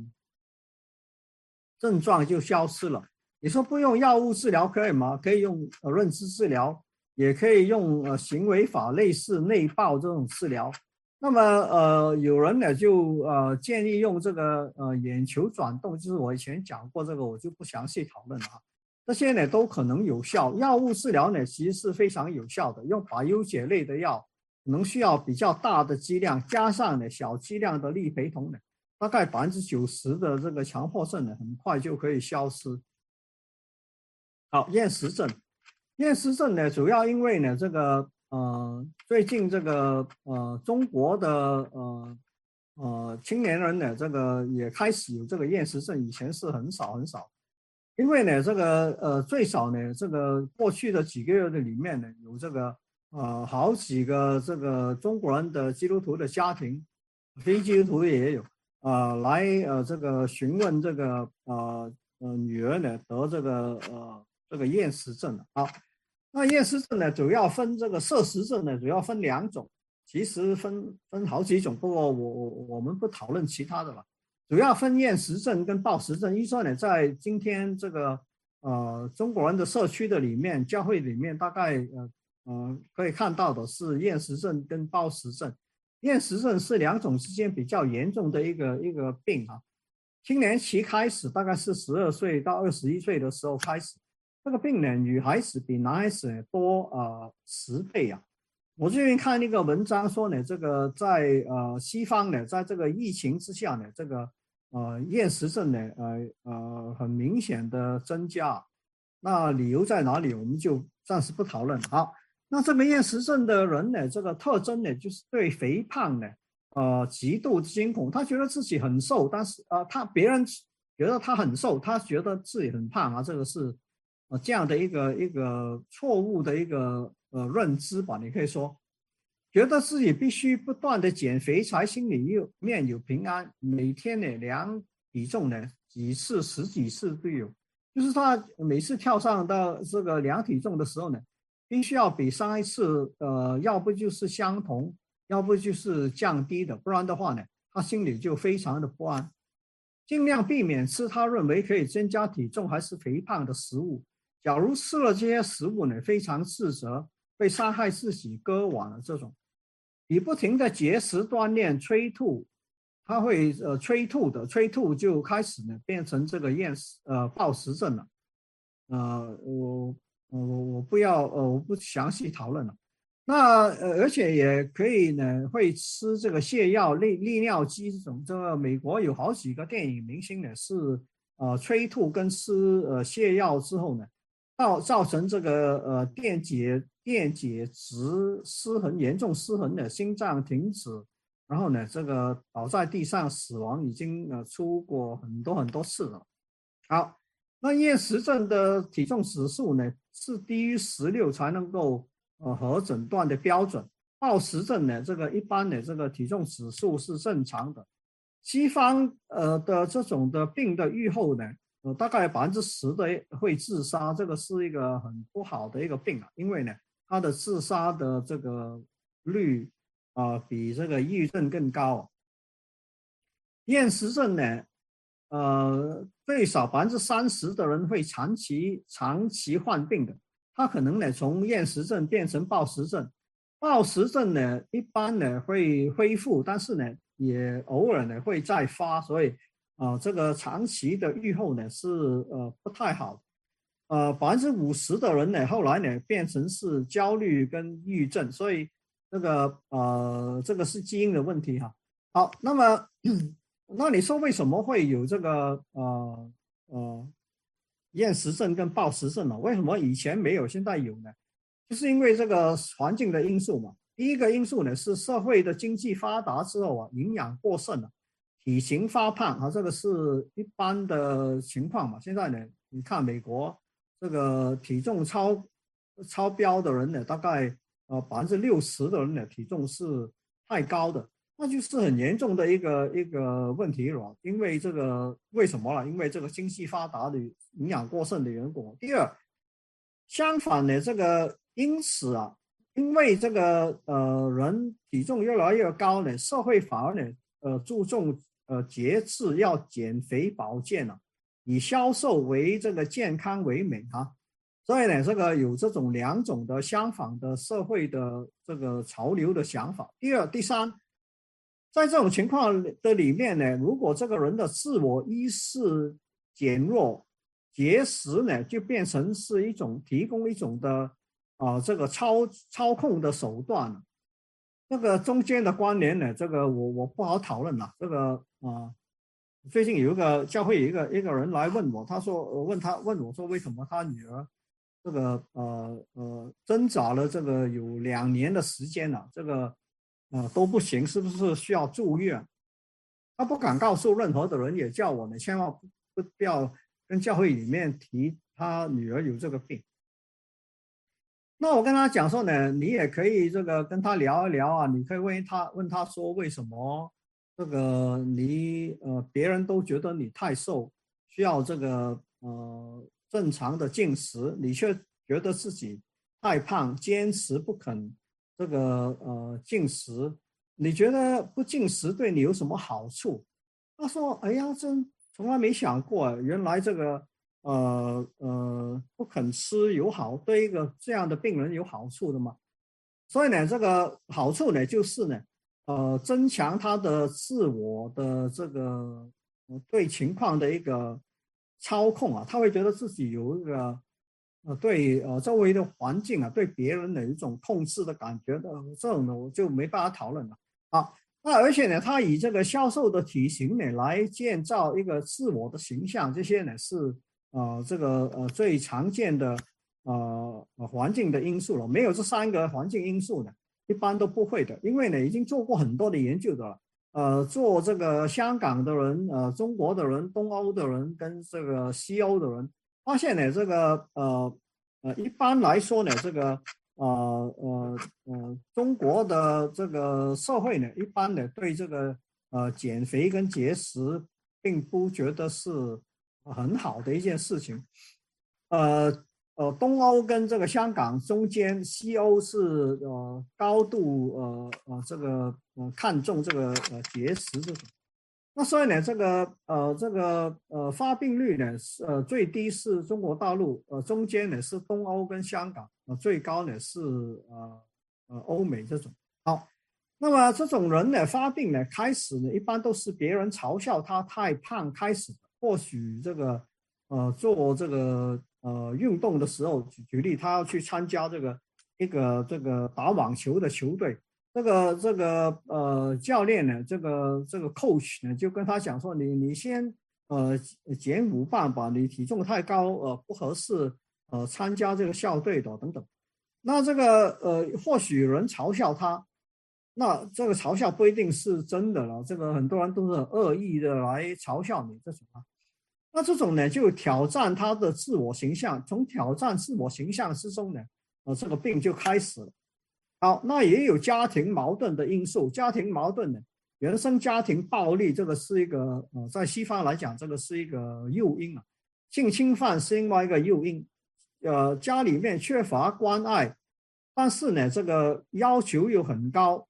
症状就消失了。你说不用药物治疗可以吗？可以用呃认知治疗，也可以用呃行为法类似内爆这种治疗。那么呃有人呢就呃建议用这个呃眼球转动，就是我以前讲过这个，我就不详细讨论了啊。这些呢都可能有效。药物治疗呢其实是非常有效的，用靶优解类的药可能需要比较大的剂量，加上呢小剂量的利培酮呢，大概百分之九十的这个强迫症呢很快就可以消失。好，厌食症，厌食症呢，主要因为呢，这个呃，最近这个呃，中国的呃呃青年人呢，这个也开始有这个厌食症，以前是很少很少。因为呢，这个呃，最少呢，这个过去的几个月的里面呢，有这个呃好几个这个中国人的基督徒的家庭，非基督徒也有啊、呃，来呃这个询问这个呃呃女儿呢得这个呃。这个厌食症了啊。那厌食症呢，主要分这个摄食症呢，主要分两种，其实分分好几种，不过我我我们不讨论其他的了，主要分厌食症跟暴食症。医生呢，在今天这个呃中国人的社区的里面，教会里面大概呃呃可以看到的是厌食症跟暴食症。厌食症是两种之间比较严重的一个一个病啊。青年期开始，大概是十二岁到二十一岁的时候开始。这个病呢，女孩子比男孩子多呃十倍啊！我最近看一个文章说呢，这个在呃西方呢，在这个疫情之下呢，这个呃厌食症呢，呃呃很明显的增加。那理由在哪里？我们就暂时不讨论。好，那这个厌食症的人呢，这个特征呢，就是对肥胖呢，呃极度惊恐。他觉得自己很瘦，但是呃他别人觉得他很瘦，他觉得自己很胖啊，这个是。呃，这样的一个一个错误的一个呃认知吧，你可以说，觉得自己必须不断的减肥才心里面有平安，每天呢量体重呢几次十几次都有，就是他每次跳上到这个量体重的时候呢，必须要比上一次呃要不就是相同，要不就是降低的，不然的话呢，他心里就非常的不安，尽量避免吃他认为可以增加体重还是肥胖的食物。假如吃了这些食物呢，非常自责，会杀害自己、割腕了这种，你不停的节食锻炼、催吐，他会呃催吐的，催吐就开始呢变成这个厌食呃暴食症了。呃，我我我不要呃我不详细讨论了。那呃而且也可以呢，会吃这个泻药、利利尿剂这种。这个美国有好几个电影明星呢是呃催吐跟吃呃泻药之后呢，造造成这个呃电解电解质失衡，严重失衡的心脏停止，然后呢这个倒在地上死亡，已经呃出过很多很多次了。好，那厌食症的体重指数呢是低于十六才能够呃和诊断的标准。暴食症呢，这个一般的这个体重指数是正常的。西方呃的这种的病的预后呢，呃大概百分之十的会自杀，这个是一个很不好的一个病啊，因为呢它的自杀的这个率啊、呃、比这个抑郁症更高啊。厌食症呢，呃，最少百分之三十的人会长期长期患病的，他可能呢从厌食症变成暴食症。暴食症呢一般呢会恢复，但是呢也偶尔呢会再发，所以啊、呃、这个长期的预后呢是呃不太好。呃百分之五十的人呢后来呢变成是焦虑跟抑郁症，所以这个呃这个是基因的问题哈。好，那么那你说为什么会有这个呃呃厌食症跟暴食症呢？为什么以前没有，现在有呢？就是因为这个环境的因素嘛。第一个因素呢是社会的经济发达之后啊，营养过剩了，体型发胖啊，这个是一般的情况嘛。现在呢，你看美国这个体重超超标的人呢，大概呃百分之六十的人呢体重是太高的。那就是很严重的一个一个问题了，因为这个为什么了？因为这个经济发达的营养过剩的缘故。第二，相反的这个因此啊，因为这个呃人体重越来越高呢，社会反而呢呃注重呃节制，要减肥保健了、啊，以销售为这个健康为美啊。所以呢，这个有这种两种的相反的社会的这个潮流的想法。第二、第三。在这种情况的里面呢，如果这个人的自我意识减弱，节食呢就变成是一种提供一种的啊、呃、这个操操控的手段了。这个中间的关联呢，这个我我不好讨论了。这个啊、呃，最近有一个教会有一个一个人来问我，他说我问他问我说为什么他女儿这个呃呃挣扎了这个有两年的时间了，这个。呃，都不行，是不是需要住院？他不敢告诉任何的人，也叫我们千万不不要跟教会里面提他女儿有这个病。那我跟他讲说呢，你也可以这个跟他聊一聊啊，你可以问他问他说为什么这个你呃别人都觉得你太瘦，需要这个呃正常的进食，你却觉得自己太胖，坚持不肯。这个呃进食，你觉得不进食对你有什么好处？他说：“哎呀，真从来没想过，原来这个呃呃不肯吃有好，对一个这样的病人有好处的嘛。所以呢，这个好处呢，就是呢，呃，增强他的自我的这个对情况的一个操控啊，他会觉得自己有一个。”呃，对呃周围的环境啊，对别人的一种控制的感觉的这种呢，我就没办法讨论了啊。那而且呢，他以这个销售的体型呢来建造一个自我的形象，这些呢是呃这个呃最常见的呃环境的因素了。没有这三个环境因素呢，一般都不会的，因为呢已经做过很多的研究的了。呃，做这个香港的人、呃中国的人、东欧的人跟这个西欧的人。发现呢，这个呃呃，一般来说呢，这个呃呃呃，中国的这个社会呢，一般呢对这个呃减肥跟节食，并不觉得是很好的一件事情。呃呃，东欧跟这个香港中间，西欧是呃高度呃呃这个呃看重这个呃节食这种。那所以呢，这个呃，这个呃发病率呢，是呃最低是中国大陆，呃中间呢是东欧跟香港，呃最高呢是呃呃欧美这种。好，那么这种人呢发病呢，开始呢一般都是别人嘲笑他太胖开始的，或许这个呃做这个呃运动的时候，举举例，他要去参加这个一个这个打网球的球队，这个这个呃教练呢，这个这个 coach 呢，就跟他讲说，你你先呃减五磅吧，你体重太高，呃不合适呃参加这个校队的等等。那这个呃或许有人嘲笑他，那这个嘲笑不一定是真的了，这个很多人都是很恶意的来嘲笑你这种啊。那这种呢，就挑战他的自我形象，从挑战自我形象之中呢，呃，这个病就开始了。好，那也有家庭矛盾的因素，家庭矛盾呢，原生家庭暴力这个是一个呃，在西方来讲，这个是一个诱因啊，性侵犯是另外一个诱因，呃，家里面缺乏关爱，但是呢，这个要求又很高，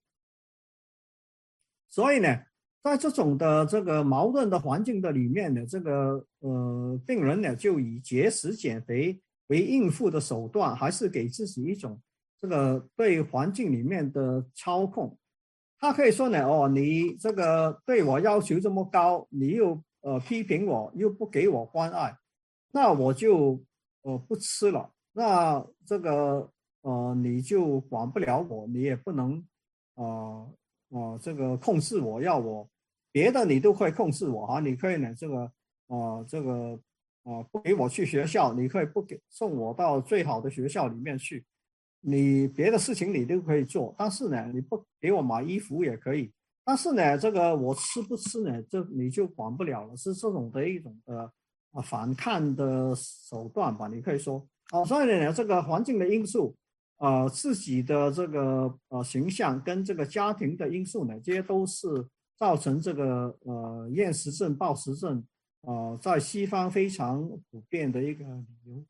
所以呢，在这种的这个矛盾的环境的里面呢，这个呃病人呢就以节食减肥为应付的手段，还是给自己一种这个对环境里面的操控。他可以说呢，哦，你这个对我要求这么高，你又呃批评我，又不给我关爱，那我就呃不吃了。那这个呃你就管不了我，你也不能呃呃这个控制我，要我别的你都会控制我哈，你可以呢这个呃这个呃不给我去学校，你可以不给送我到最好的学校里面去，你别的事情你都可以做，但是呢你不给我买衣服也可以，但是呢这个我吃不吃呢，这你就管不了了，是这种的一种的啊反抗的手段吧，你可以说啊，所以呢这个环境的因素。呃，自己的这个呃形象跟这个家庭的因素呢，这些都是造成这个呃厌食症、暴食症，呃，在西方非常普遍的一个理由。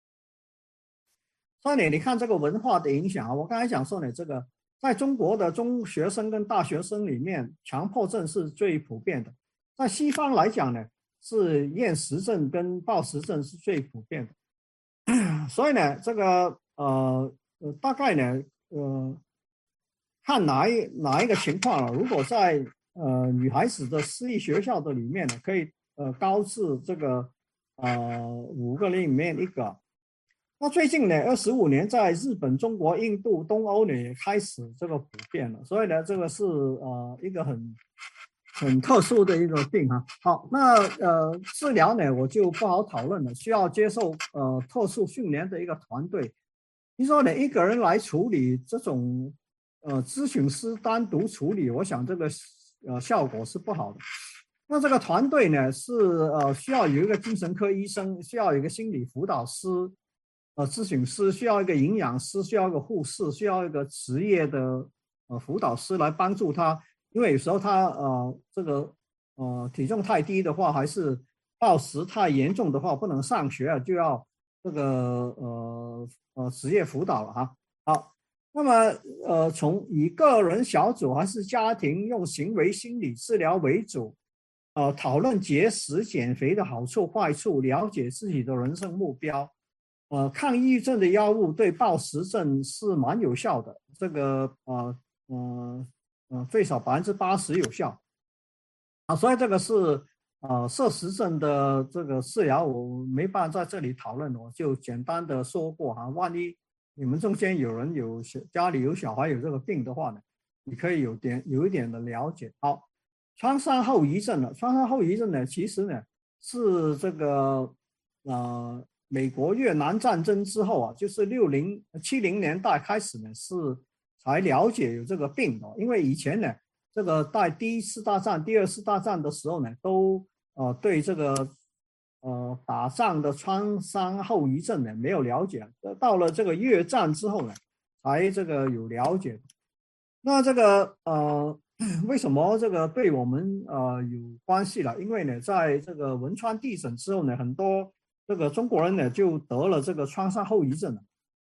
所以呢，你看这个文化的影响啊，我刚才讲说呢，这个在中国的中学生跟大学生里面，强迫症是最普遍的；在西方来讲呢，是厌食症跟暴食症是最普遍的。所以呢，这个呃呃，大概呢，呃，看哪一哪一个情况了。如果在呃女孩子的私立学校的里面呢，可以呃高至这个呃五个里面一个。那最近呢，二十五年在日本、中国、印度、东欧呢也开始这个普遍了。所以呢，这个是呃一个很很特殊的一个病哈。好，那呃治疗呢，我就不好讨论了，需要接受呃特殊训练的一个团队。你说你一个人来处理这种呃咨询师单独处理，我想这个呃效果是不好的。那这个团队呢是呃需要有一个精神科医生，需要有一个心理辅导师，呃咨询师，需要一个营养师，需要一个护士，需要一个职业的呃辅导师来帮助他。因为有时候他呃这个呃体重太低的话，还是暴食太严重的话，不能上学，就要这个呃呃职业辅导了哈。好，那么呃从以个人小组还是家庭用行为心理治疗为主，呃讨论节食减肥的好处坏处，了解自己的人生目标。呃，抗抑郁症的药物对暴食症是蛮有效的，这个呃呃呃最少百分之八十有效啊，所以这个是呃摄食症的这个治疗，我没办法在这里讨论，我就简单的说过哈。万一你们中间有人有家里有小孩有这个病的话呢，你可以有点有一点的了解。好，创伤后遗症呢，创伤后遗症呢，其实呢是这个呃。美国越南战争之后啊，就是六零七零年代开始呢，是才了解有这个病的。因为以前呢，这个在第一次大战、第二次大战的时候呢，都呃对这个呃打仗的创伤后遗症呢没有了解，到了这个越战之后呢，才这个有了解。那这个呃为什么这个对我们呃有关系了？因为呢，在这个汶川地震之后呢，很多这个中国人呢就得了这个创伤后遗症了，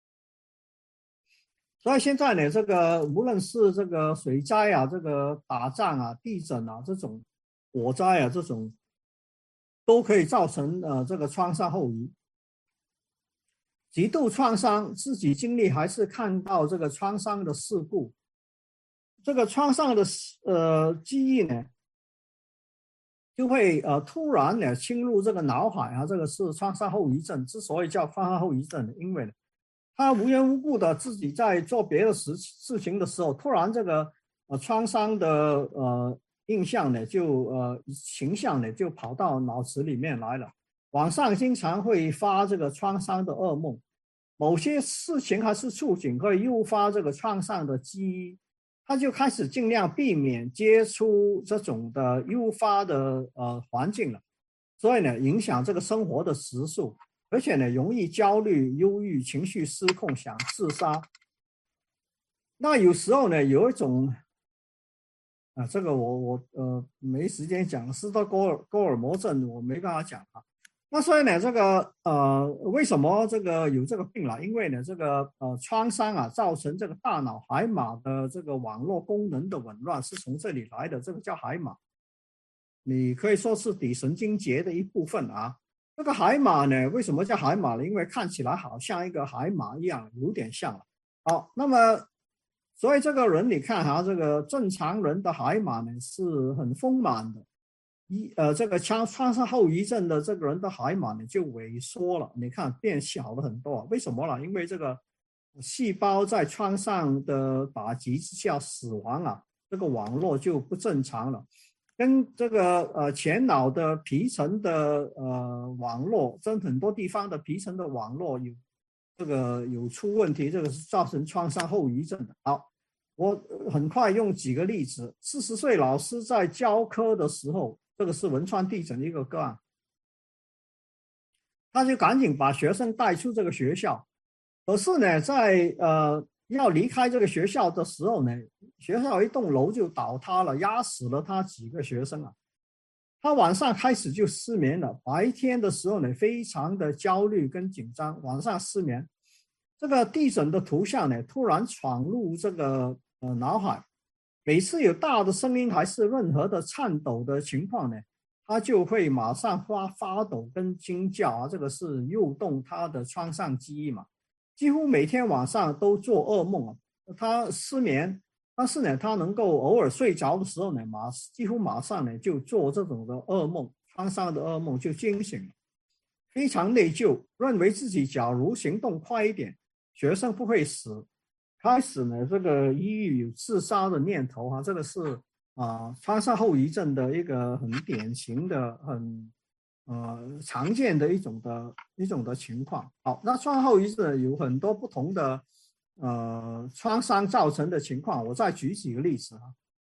所以现在呢，这个无论是这个水灾啊、这个打仗啊、地震啊这种火灾啊这种，都可以造成呃这个创伤后遗。极度创伤，自己经历还是看到这个创伤的事故，这个创伤的呃记忆呢， 就会呃突然的侵入这个脑海啊，这个是创伤后遗症。之所以叫创伤后遗症，因为呢，他无缘无故的自己在做别的事事情的时候，突然这个呃创伤的呃印象呢，就呃形象呢就跑到脑子里面来了。晚上经常会发这个创伤的噩梦，某些事情还是处境会诱发这个创伤的记忆。他就开始尽量避免接触这种的诱发的呃环境了，所以呢，影响这个生活的时速，而且呢，容易焦虑、忧郁、情绪失控，想自杀。那有时候呢，有一种啊，这个我我呃没时间讲，斯德哥尔哥尔摩症我没办法讲啊。那所以呢，这个呃，为什么这个有这个病了？因为呢，这个呃创伤啊，造成这个大脑海马的这个网络功能的紊乱，是从这里来的。这个叫海马，你可以说是底神经节的一部分啊。这个海马呢，为什么叫海马呢？因为看起来好像一个海马一样，有点像了。好，那么所以这个人你看哈，这个正常人的海马呢是很丰满的。一呃，这个创创伤后遗症的这个人的海马呢就萎缩了，你看变小了很多，为什么呢？因为这个细胞在创伤的打击之下死亡啊，这个网络就不正常了，跟这个呃前脑的皮层的呃网络，跟很多地方的皮层的网络有这个有出问题，这个是造成创伤后遗症的。好，我很快用几个例子。四十岁老师在教课的时候，这个是汶川地震的一个个案，他就赶紧把学生带出这个学校。可是呢，在呃要离开这个学校的时候呢，学校一栋楼就倒塌了，压死了他几个学生啊。他晚上开始就失眠了，白天的时候呢，非常的焦虑跟紧张，晚上失眠。这个地震的图像呢，突然闯入这个呃脑海。每次有大的声音还是任何的颤抖的情况呢，他就会马上发发抖跟惊叫啊，这个是诱动他的创伤记忆嘛。几乎每天晚上都做噩梦啊，他失眠，但是呢，他能够偶尔睡着的时候呢，马几乎马上呢就做这种的噩梦，创伤的噩梦就惊醒了，非常内疚，认为自己假如行动快一点，学生不会死。开始呢，这个抑郁有自杀的念头哈、啊，这个是啊、呃、创伤后遗症的一个很典型的、很呃常见的一种的一种的情况。好，那创伤后遗症有很多不同的呃创伤造成的情况，我再举几个例子哈、啊。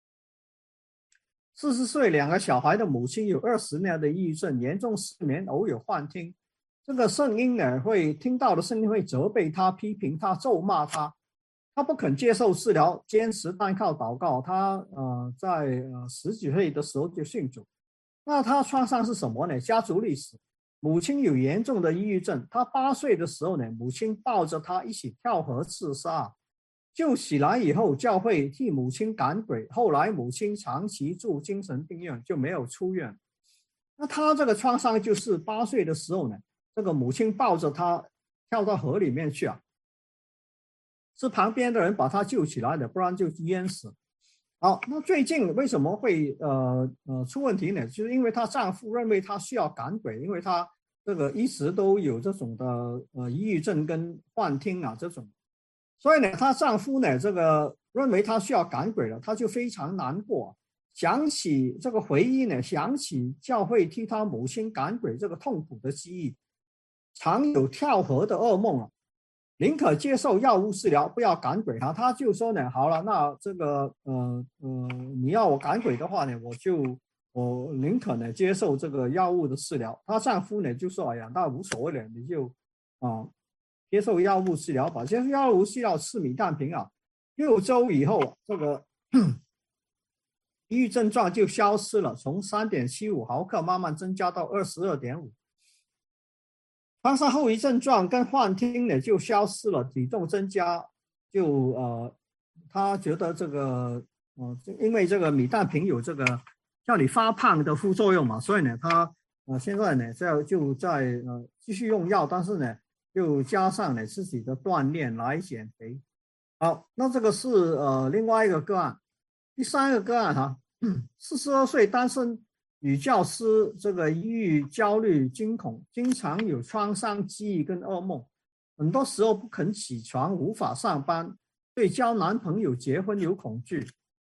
四十岁两个小孩的母亲有二十年的抑郁症，严重失眠，偶有幻听。这个声音呢，会听到的声音会责备他、批评他、咒骂他。他不肯接受治疗，坚持单靠祷告。他呃在呃十几岁的时候就信主。那他创伤是什么呢？家族历史，母亲有严重的抑郁症。他八岁的时候呢，母亲抱着他一起跳河自杀。救起来以后，教会替母亲赶鬼。后来母亲长期住精神病院，就没有出院。那他这个创伤就是八岁的时候呢，这个母亲抱着他跳到河里面去啊。是旁边的人把他救起来的，不然就淹死。好，那最近为什么会呃呃出问题呢？就是因为她丈夫认为她需要赶鬼，因为她这个一直都有这种的呃抑郁症跟幻听啊这种，所以呢，她丈夫呢这个认为她需要赶鬼了，她就非常难过，想起这个回忆呢，想起教会替她母亲赶鬼这个痛苦的记忆，常有跳河的噩梦啊。宁可接受药物治疗，不要赶鬼他。他就说呢，好了，那这个呃呃，你要我赶鬼的话呢，我就我宁可呢接受这个药物的治疗。她丈夫呢就说，哎呀，那无所谓了，你就啊接受药物治疗吧。接受药物治疗吃米氮平啊，六周以后，这个抑郁症状就消失了，从三点七五毫克慢慢增加到二十二点五。创伤后遗症状跟幻听呢就消失了，体重增加，就呃，他觉得这个呃，因为这个米氮平有这个叫你发胖的副作用嘛，所以呢，他呃现在呢在就在呃继续用药，但是呢又加上呢自己的锻炼来减肥。好，那这个是呃另外一个个案，第三个个案哈，四十二岁单身女教师这个抑郁、焦虑、惊恐，经常有创伤记忆跟噩梦，很多时候不肯起床，无法上班，对交男朋友、结婚有恐惧。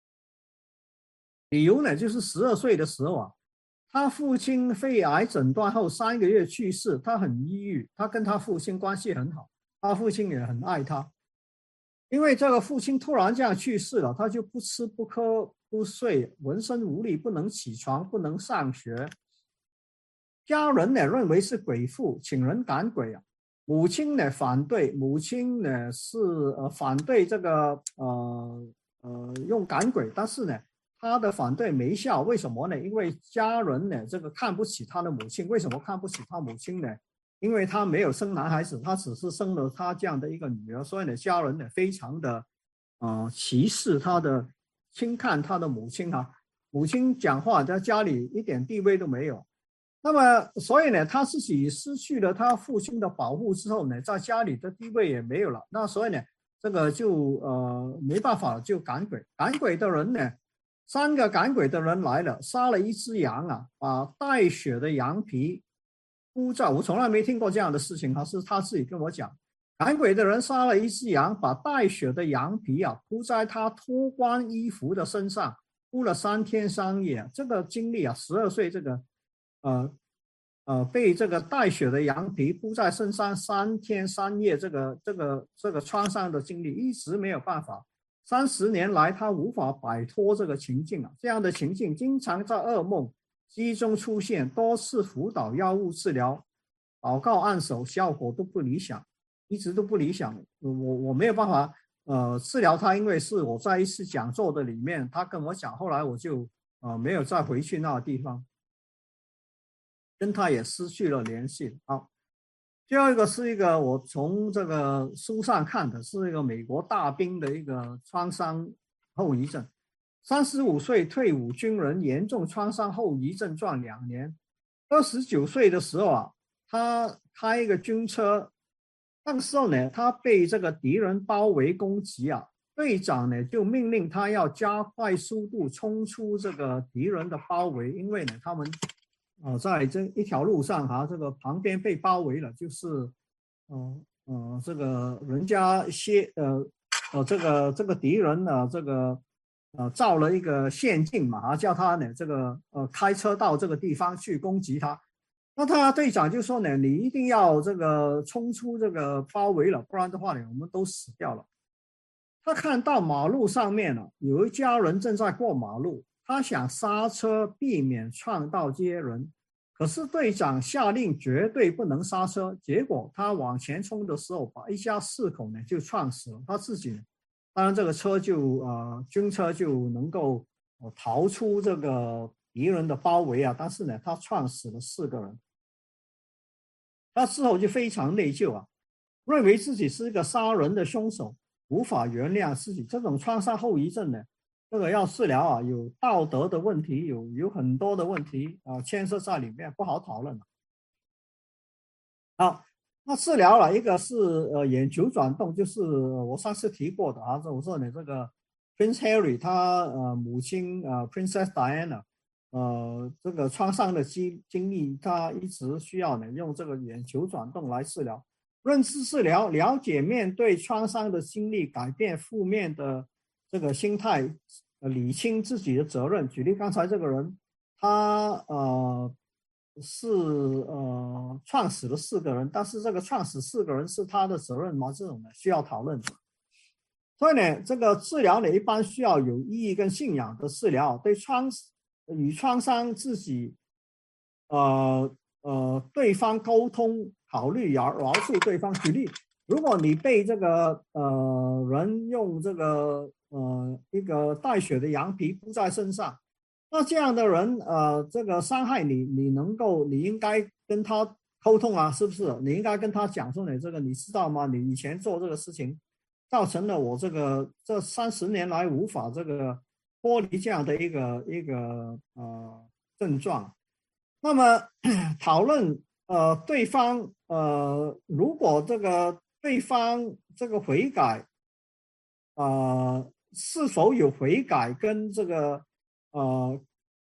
理由呢，就是十二岁的时候啊，他父亲肺癌诊断后三个月去世，他很抑郁，他跟他父亲关系很好，他父亲也很爱他。因为这个父亲突然这样去世了，他就不吃不喝不睡，浑身无力，不能起床，不能上学。家人呢认为是鬼父，请人赶鬼啊。母亲呢反对，母亲呢是呃反对这个呃呃用赶鬼，但是呢他的反对没效，为什么呢？因为家人呢这个看不起他的母亲，为什么看不起他母亲呢？因为他没有生男孩子，他只是生了他这样的一个女儿，所以呢，家人呢非常的，呃，歧视他的，轻看他的母亲啊。母亲讲话在家里一点地位都没有。那么，所以呢，他自己失去了他父亲的保护之后呢，在家里的地位也没有了。那所以呢，这个就呃没办法，就赶鬼。赶鬼的人呢，三个赶鬼的人来了，杀了一只羊啊，把带血的羊皮铺在，我从来没听过这样的事情，他是他自己跟我讲，赶鬼的人杀了一只羊，把带血的羊皮啊铺在他脱光衣服的身上，铺了三天三夜。这个经历啊，十二岁这个呃呃被这个带血的羊皮铺在身上三天三夜，这个这个这个创伤的经历一直没有办法，三十年来他无法摆脱这个情境啊，这样的情境经常在噩梦记忆中出现，多次辅导、药物治疗、祷告按手，效果都不理想，一直都不理想。我我没有办法呃治疗他，因为是我在一次讲座的里面，他跟我讲，后来我就呃没有再回去那个地方，跟他也失去了联系。好，第二个是一个我从这个书上看的，是一个美国大兵的一个创伤后遗症。三十五岁退伍军人，严重创伤后遗症状两年。二十九岁的时候啊，他开一个军车，那个时候呢，他被这个敌人包围攻击啊，队长呢就命令他要加快速度冲出这个敌人的包围，因为呢他们呃在这一条路上哈、啊，这个旁边被包围了，就是呃呃这个人家些呃呃这个这个敌人呢这个。呃，造了一个陷阱嘛，啊，叫他呢这个呃开车到这个地方去攻击他。那他队长就说呢，你一定要这个冲出这个包围了，不然的话呢，我们都死掉了。他看到马路上面呢有一家人正在过马路，他想刹车避免撞到这些人，可是队长下令绝对不能刹车，结果他往前冲的时候，把一家四口呢就撞死了，他自己呢。当然，这个车就呃军车就能够逃出这个敌人的包围啊，但是呢，他撞死了四个人。他事后就非常内疚啊，认为自己是一个杀人的凶手，无法原谅自己。这种创伤后遗症呢，这个要治疗啊，有道德的问题，有有很多的问题啊牵涉在里面，不好讨论。好。那治疗了一个是呃眼球转动，就是我上次提过的啊，我说你这个 Prince Harry 他呃母亲呃 Princess Diana 呃这个创伤的经经历，他一直需要呢用这个眼球转动来治疗。认知治疗，了解面对创伤的经历，改变负面的这个心态，呃理清自己的责任。举例刚才这个人，他呃。是呃创死了四个人，但是这个创死四个人是他的责任吗？这种呢需要讨论。所以呢，这个治疗呢一般需要有意义跟信仰的治疗，对创与创伤自己呃呃对方沟通，考虑饶饶恕对方。举例，如果你被这个呃人用这个呃一个带血的羊皮铺在身上。那这样的人，呃，这个伤害你，你能够，你应该跟他沟通啊，是不是？你应该跟他讲说，你这个你知道吗？你以前做这个事情，造成了我这个这三十年来无法这个脱离这样的一个一个呃症状。那么讨论呃对方呃如果这个对方这个悔改，呃是否有悔改跟这个。呃，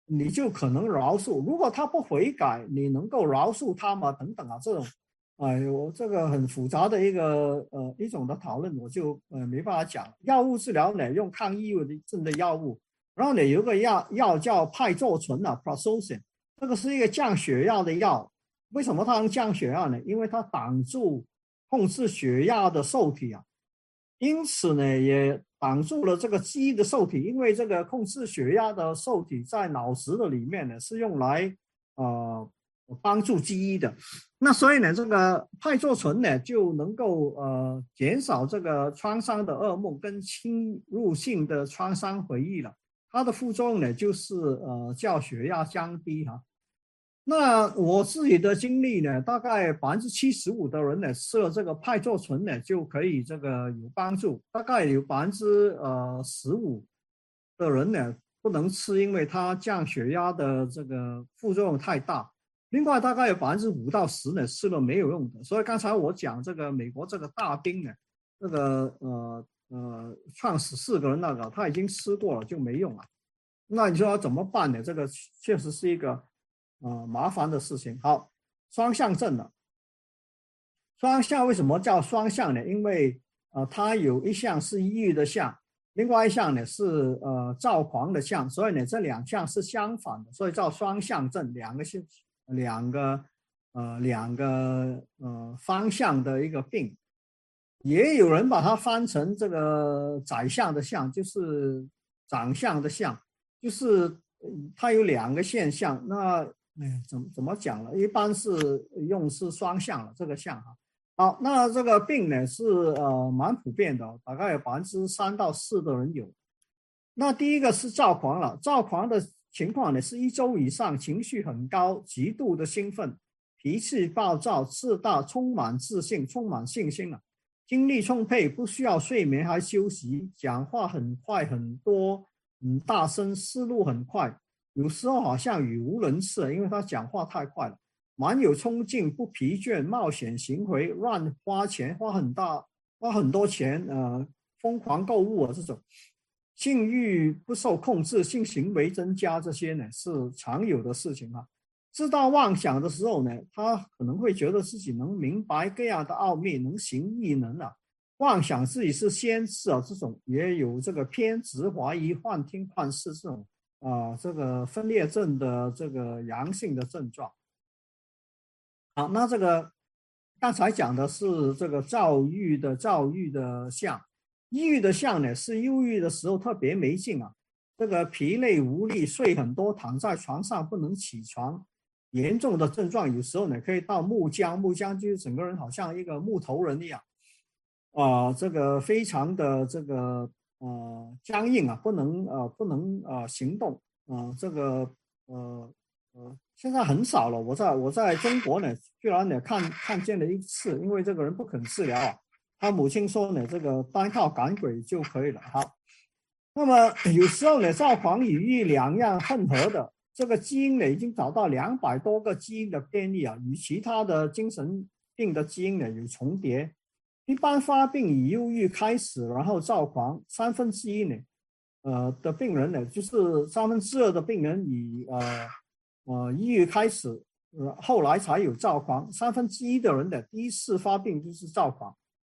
你就可能饶恕。如果他不悔改，你能够饶恕他吗？等等啊，这种，哎呦，这个很复杂的一个呃一种的讨论，我就呃没办法讲。药物治疗呢，用抗抑郁症的药物，然后呢有个药药叫派唑醇啊 ，prazosin， 这个是一个降血压的药。为什么它能降血压呢？因为它挡住控制血压的受体啊，因此呢也挡住了这个记忆的受体，因为这个控制血压的受体在脑质的里面呢是用来呃帮助记忆的。那所以呢，这个派唑醇呢就能够呃减少这个创伤的噩梦跟侵入性的创伤回忆了。它的副作用呢就是呃叫血压降低哈、啊。那我自己的经历呢，大概百分之七十五的人呢吃了这个派唑醇呢就可以这个有帮助，大概有百分之呃十五的人呢不能吃，因为它降血压的这个副作用太大。另外大概有百分之五到十呢吃了没有用的。所以刚才我讲这个美国这个大兵呢，这个呃呃创始四个人那个他已经吃过了就没用了。那你说要怎么办呢？这个确实是一个。呃，麻烦的事情。好，双向症了。双向为什么叫双向呢？因为呃，它有一项是抑郁的项，另外一项呢是呃躁狂的项，所以呢这两项是相反的，所以叫双向症。两个是两个呃两个呃方向的一个病，也有人把它翻成这个宰相的相，就是长相的相，就是它有两个现象。那哎，怎么怎么讲了？一般是用是双向了，这个项哈。好，那这个病呢是呃蛮普遍的，大概有百分之三到四的人有。那第一个是躁狂了，躁狂的情况呢是一周以上，情绪很高，极度的兴奋，脾气暴躁，自大，充满自信，充满信心了，精力充沛，不需要睡眠还休息，讲话很快很多，很大声，思路很快。有时候好像语无伦次，因为他讲话太快了，蛮有冲劲，不疲倦，冒险行为，乱花钱，花很大，花很多钱，呃，疯狂购物啊，这种性欲不受控制，性行为增加，这些呢是常有的事情啊。知道妄想的时候呢，他可能会觉得自己能明白各样的奥秘，能行异能啊，妄想自己是先知啊，这种也有这个偏执、怀疑、幻听、幻视这种。啊、呃，这个分裂症的这个阳性的症状。好，那这个刚才讲的是这个躁郁的躁郁的象，抑郁的象呢是忧郁的时候特别没劲啊，这个疲累无力，睡很多，躺在床上不能起床。严重的症状有时候呢可以到木僵，木僵就是整个人好像一个木头人一样，啊、呃，这个非常的这个。呃，僵硬啊，不能呃不能呃行动啊、呃，这个呃呃现在很少了。我在我在中国呢，居然呢看看见了一次，因为这个人不肯治疗啊，他母亲说呢，这个单靠赶鬼就可以了。好，那么有时候呢，躁狂与抑郁两样混合的，这个基因呢已经找到两百多个基因的变异啊，与其他的精神病的基因呢有重叠。一般发病以忧郁开始，然后躁狂，三分之一呢，呃的病人呢，就是三分之二的病人以呃呃抑郁开始，呃后来才有躁狂，三分之一的人的第一次发病就是躁狂。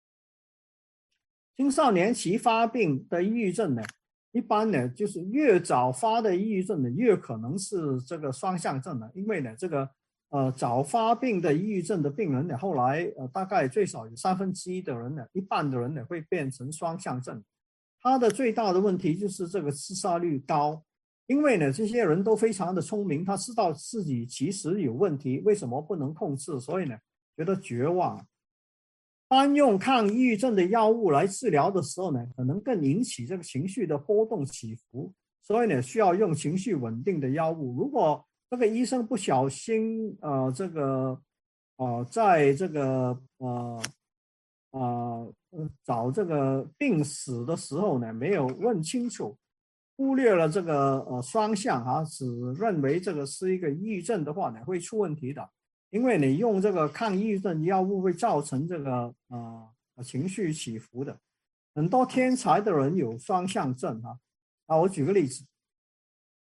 青少年期发病的抑郁症呢，一般呢就是越早发的抑郁症呢，越可能是这个双向症的，因为呢这个。呃，早发病的抑郁症的病人呢，后来呃大概最少有三分之一的人呢，一半的人呢会变成双向症。他的最大的问题就是这个自杀率高，因为呢这些人都非常的聪明，他知道自己其实有问题，为什么不能控制，所以呢觉得绝望。单用抗抑郁症的药物来治疗的时候呢，可能更引起这个情绪的波动起伏，所以呢需要用情绪稳定的药物。如果这个医生不小心，呃，这个，呃，在这个，呃，呃，找这个病史的时候呢，没有问清楚，忽略了这个呃双向啊，只认为这个是一个抑郁症的话呢，会出问题的。因为你用这个抗抑郁症药物会造成这个呃情绪起伏的。很多天才的人有双向症啊，啊，我举个例子。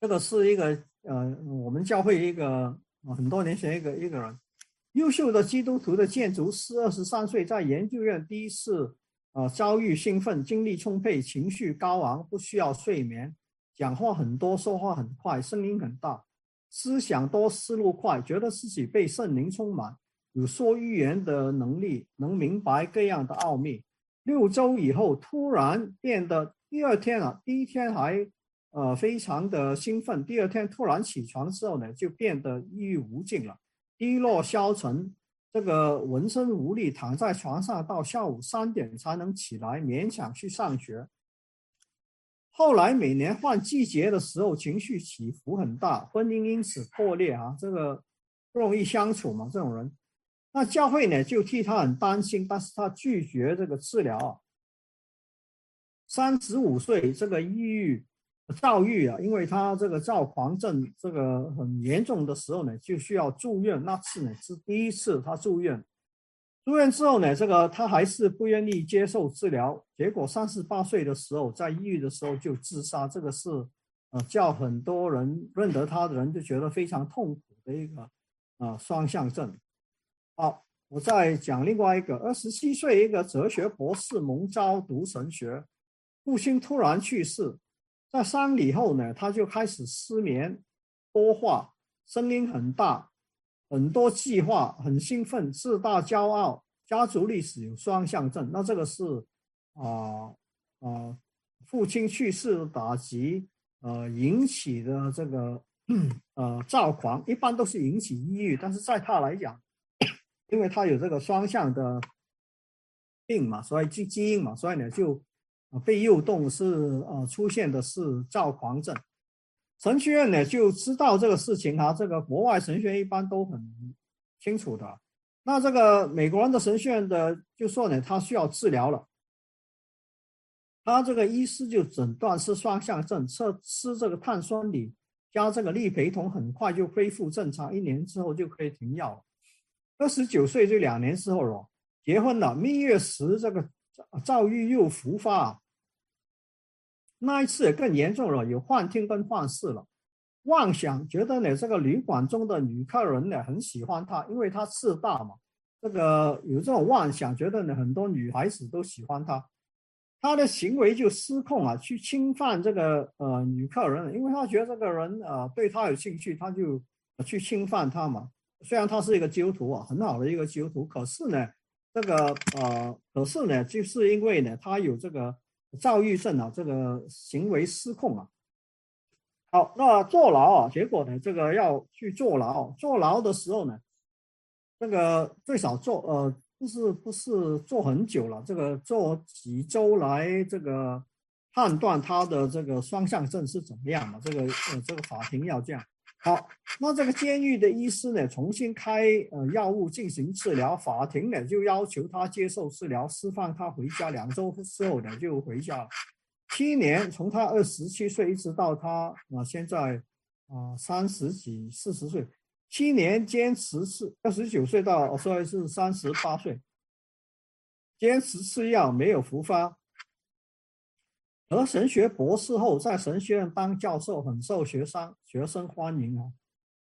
这个是一个呃，我们教会一个很多年前一个一个人，优秀的基督徒的建筑师，二十三岁在研究院第一次呃遭遇兴奋，精力充沛，情绪高昂，不需要睡眠，讲话很多，说话很快，声音很大，思想多，思路快，觉得自己被圣灵充满，有说预言的能力，能明白各样的奥秘。六周以后，突然变得第二天啊，第一天还呃非常的兴奋，第二天突然起床之后呢，就变得抑郁无尽了，低落消沉，这个浑身无力，躺在床上到下午三点才能起来，勉强去上学。后来每年换季节的时候，情绪起伏很大，婚姻因此破裂啊，这个不容易相处嘛，这种人。那教会呢就替他很担心，但是他拒绝这个治疗啊。三十五岁这个抑郁躁郁啊，因为他这个躁狂症这个很严重的时候呢，就需要住院。那次呢是第一次他住院，住院之后呢，这个他还是不愿意接受治疗，结果三十八岁的时候，在抑郁的时候就自杀。这个是呃叫很多人认得他的人就觉得非常痛苦的一个啊、呃、双向症。好，我再讲另外一个，二十七岁一个哲学博士蒙召读神学，父亲突然去世，在丧礼后呢，他就开始失眠、多话，声音很大，很多计划，很兴奋，自大骄傲，家族历史有双向症。那这个是啊啊、呃呃、父亲去世的打击呃引起的这个呃躁狂，一般都是引起抑郁，但是在他来讲，因为他有这个双向的病嘛，所以基基因嘛，所以呢就被诱动是呃出现的是躁狂症。神学院呢就知道这个事情啊，这个国外神学院一般都很清楚的。那这个美国人的神学院的就说呢，他需要治疗了。他这个医师就诊断是双向症，吃吃这个碳酸锂加这个利培酮，很快就恢复正常，一年之后就可以停药了。二十九岁就两年之后了，结婚了。蜜月时这个躁郁又复发，那一次也更严重了，有幻听跟幻视了，妄想觉得呢这个旅馆中的女客人呢很喜欢他，因为他自大嘛，这个有这种妄想，觉得呢很多女孩子都喜欢他，他的行为就失控啊，去侵犯这个呃女客人，因为他觉得这个人呃对他有兴趣，他就去侵犯他嘛。虽然他是一个基督徒啊，很好的一个基督徒，可是呢，这个呃，可是呢，就是因为呢，他有这个躁郁症啊，这个行为失控啊。好，那坐牢啊，结果呢，这个要去坐牢，坐牢的时候呢，这个最少坐呃，不是不是坐很久了，这个坐几周来这个判断他的这个双向症是怎么样的，这个呃，这个法庭要这样。好，那这个监狱的医师呢，重新开呃药物进行治疗，法庭呢就要求他接受治疗，释放他回家，两周之后呢就回家了。七年，从他二十七岁一直到他啊、呃、现在啊三十几四十岁，七年坚持是二十九岁到所以是三十八岁，坚持吃药没有复发。而神学博士后，在神学院当教授，很受学生学生欢迎啊。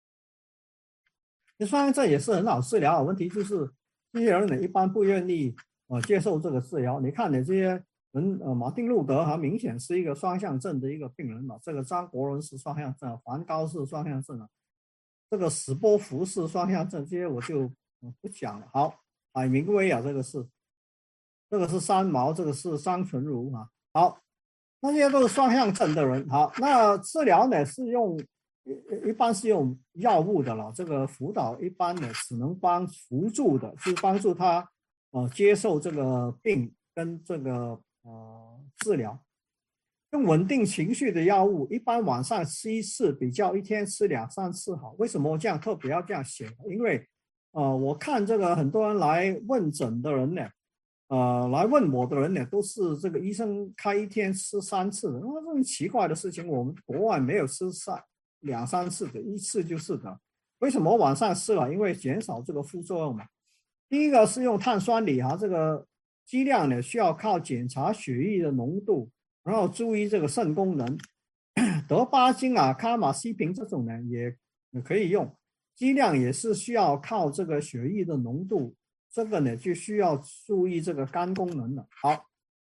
那双向症也是很好治疗啊，问题就是这些人呢一般不愿意呃接受这个治疗。你看你这些人，呃，马丁路德还明显是一个双向症的一个病人嘛，这个张国伦是双向症，梵高是双向症啊，这个史波福是双向症，这些我就不讲了。好，海明威啊，这个是，这个是三毛，这个是张纯如啊。好。那些都是双向症的人，好，那治疗呢是用一一般是用药物的了。这个辅导一般呢只能帮辅助的，就是帮助他呃接受这个病跟这个呃治疗。用稳定情绪的药物，一般晚上吃一次，比较一天吃两三次好。为什么这样特别要这样写？因为呃我看这个很多人来问诊的人呢。呃，来问我的人呢，都是这个医生开一天吃三次的，那这种奇怪的事情，我们国外没有吃三两三次的，一次就是的。为什么晚上吃了？因为减少这个副作用嘛。第一个是用碳酸锂哈，这个剂量呢需要靠检查血液的浓度，然后注意这个肾功能。 德巴金啊、卡马西平这种呢也也可以用，剂量也是需要靠这个血液的浓度，这个呢就需要注意这个肝功能了。好，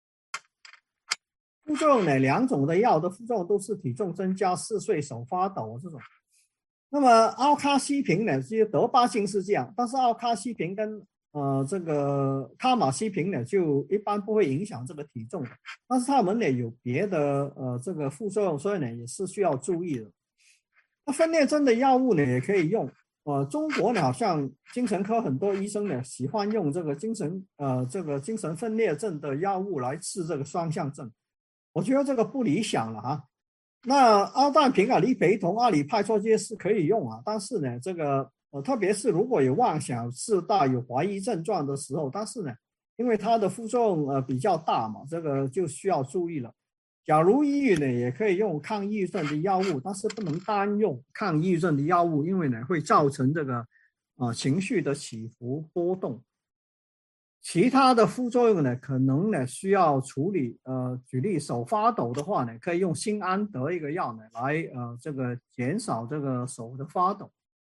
副作用呢，两种的药的副作用都是体重增加、嗜睡、手发抖这种。那么奥卡西平呢，其实德巴金是这样，但是奥卡西平跟呃这个卡马西平呢，就一般不会影响这个体重的，但是他们呢有别的呃这个副作用，所以呢也是需要注意的。那分裂症的药物呢也可以用，呃，中国呢好像精神科很多医生呢喜欢用这个精神呃这个精神分裂症的药物来治这个双向症，我觉得这个不理想了哈。那奥氮平啊、利培酮、阿里派唑这些是可以用啊，但是呢，这个呃，特别是如果有妄想、自大、有怀疑症状的时候，但是呢，因为它的副作用呃比较大嘛，这个就需要注意了。假如抑郁呢，也可以用抗抑郁症的药物，但是不能单用抗抑郁症的药物，因为呢会造成这个呃情绪的起伏波动。其他的副作用呢，可能呢需要处理。呃，举例手发抖的话呢，可以用辛安德一个药呢来呃这个减少这个手的发抖。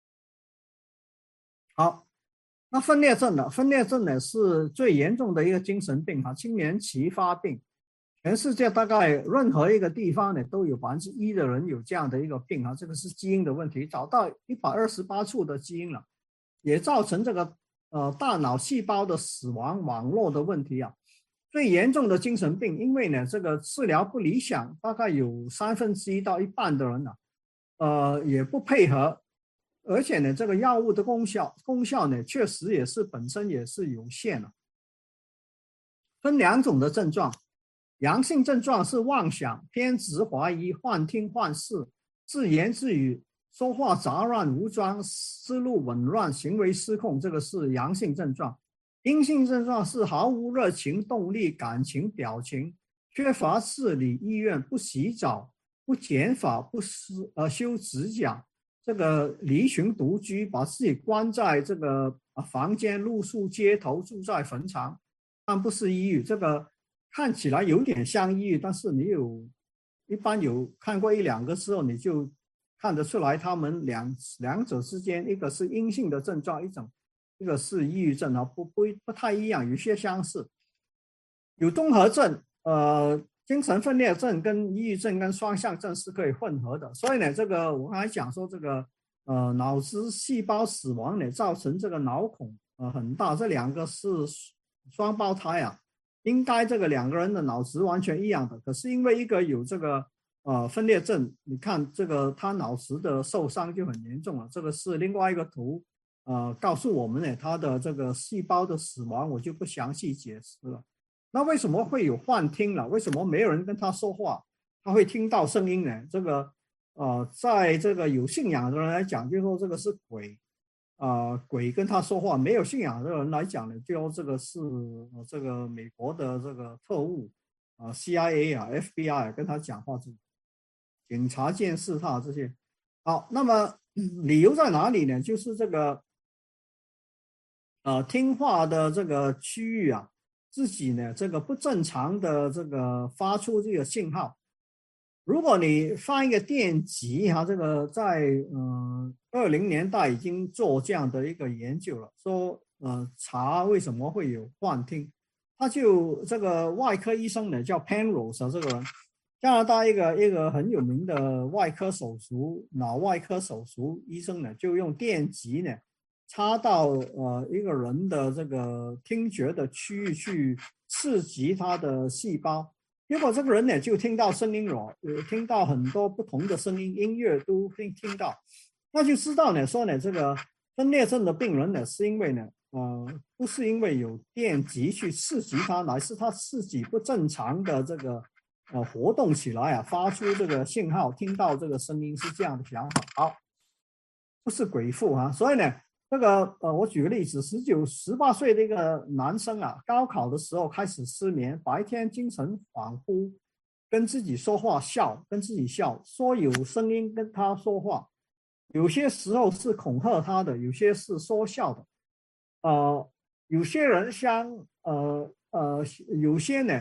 好，那分裂症呢？分裂症呢是最严重的一个精神病哈，青年期发病，全世界大概任何一个地方呢都有百分之一的人有这样的一个病啊，这个是基因的问题，找到一百二十八处的基因了，也造成这个。呃，大脑细胞的死亡网络的问题啊，最严重的精神病，因为呢，这个治疗不理想，大概有三分之一到一半的人呢、啊，呃，也不配合，而且呢，这个药物的功效功效呢，确实也是本身也是有限的。分两种的症状，阳性症状是妄想、偏执、怀疑、幻听、幻视、自言自语。说话杂乱无章，思路紊乱，行为失控，这个是阳性症状。阴性症状是毫无热情、动力、感情、表情，缺乏自理意愿，不洗澡，不剪发，不施呃修指甲，这个离群独居，把自己关在这个房间，露宿街头，住在坟场，但不是抑郁。这个看起来有点像抑郁，但是你有一般有看过一两个之后，你就看得出来，他们两两者之间，一个是阴性的症状，一种一个是抑郁症啊，不不不太一样，有些相似。有综合症，呃，精神分裂症跟抑郁症跟双向症是可以混合的。所以呢，这个我刚才讲说，这个呃脑子细胞死亡呢，造成这个脑孔呃很大，这两个是双胞胎啊，应该这个两个人的脑子完全一样的，可是因为一个有这个。呃，分裂症，你看这个他脑石的受伤就很严重了。这个是另外一个图，呃，告诉我们呢，他的这个细胞的死亡，我就不详细解释了。那为什么会有幻听了？为什么没有人跟他说话，他会听到声音呢？这个呃，在这个有信仰的人来讲，就说这个是鬼，啊、呃，鬼跟他说话；没有信仰的人来讲呢，就这个是、呃、这个美国的这个特务啊、呃、，C I A 啊、F B I 跟他讲话。警察监视他这些。好，那么、嗯、理由在哪里呢？就是这个呃听话的这个区域啊，自己呢这个不正常的这个发出这个信号。如果你放一个电极哈、啊，这个在嗯二零年代已经做这样的一个研究了，说呃查为什么会有幻听，他就这个外科医生呢叫 Penrose 啊，这个人。加拿大一个一个很有名的外科手术脑外科手术医生呢，就用电极呢插到呃一个人的这个听觉的区域去刺激他的细胞，结果这个人呢就听到声音了，呃，听到很多不同的声音，音乐都听听到，那就知道呢说呢这个分裂症的病人呢是因为呢呃不是因为有电极去刺激他，乃是他自己不正常的这个。呃，活动起来啊，发出这个信号，听到这个声音是这样的想法。好，不是鬼父啊，所以呢，这个呃，我举个例子，十九、十八岁的一个男生啊，高考的时候开始失眠，白天精神恍惚，跟自己说话笑，跟自己笑，说有声音跟他说话，有些时候是恐吓他的，有些是说笑的，呃，有些人像呃呃，有些呢。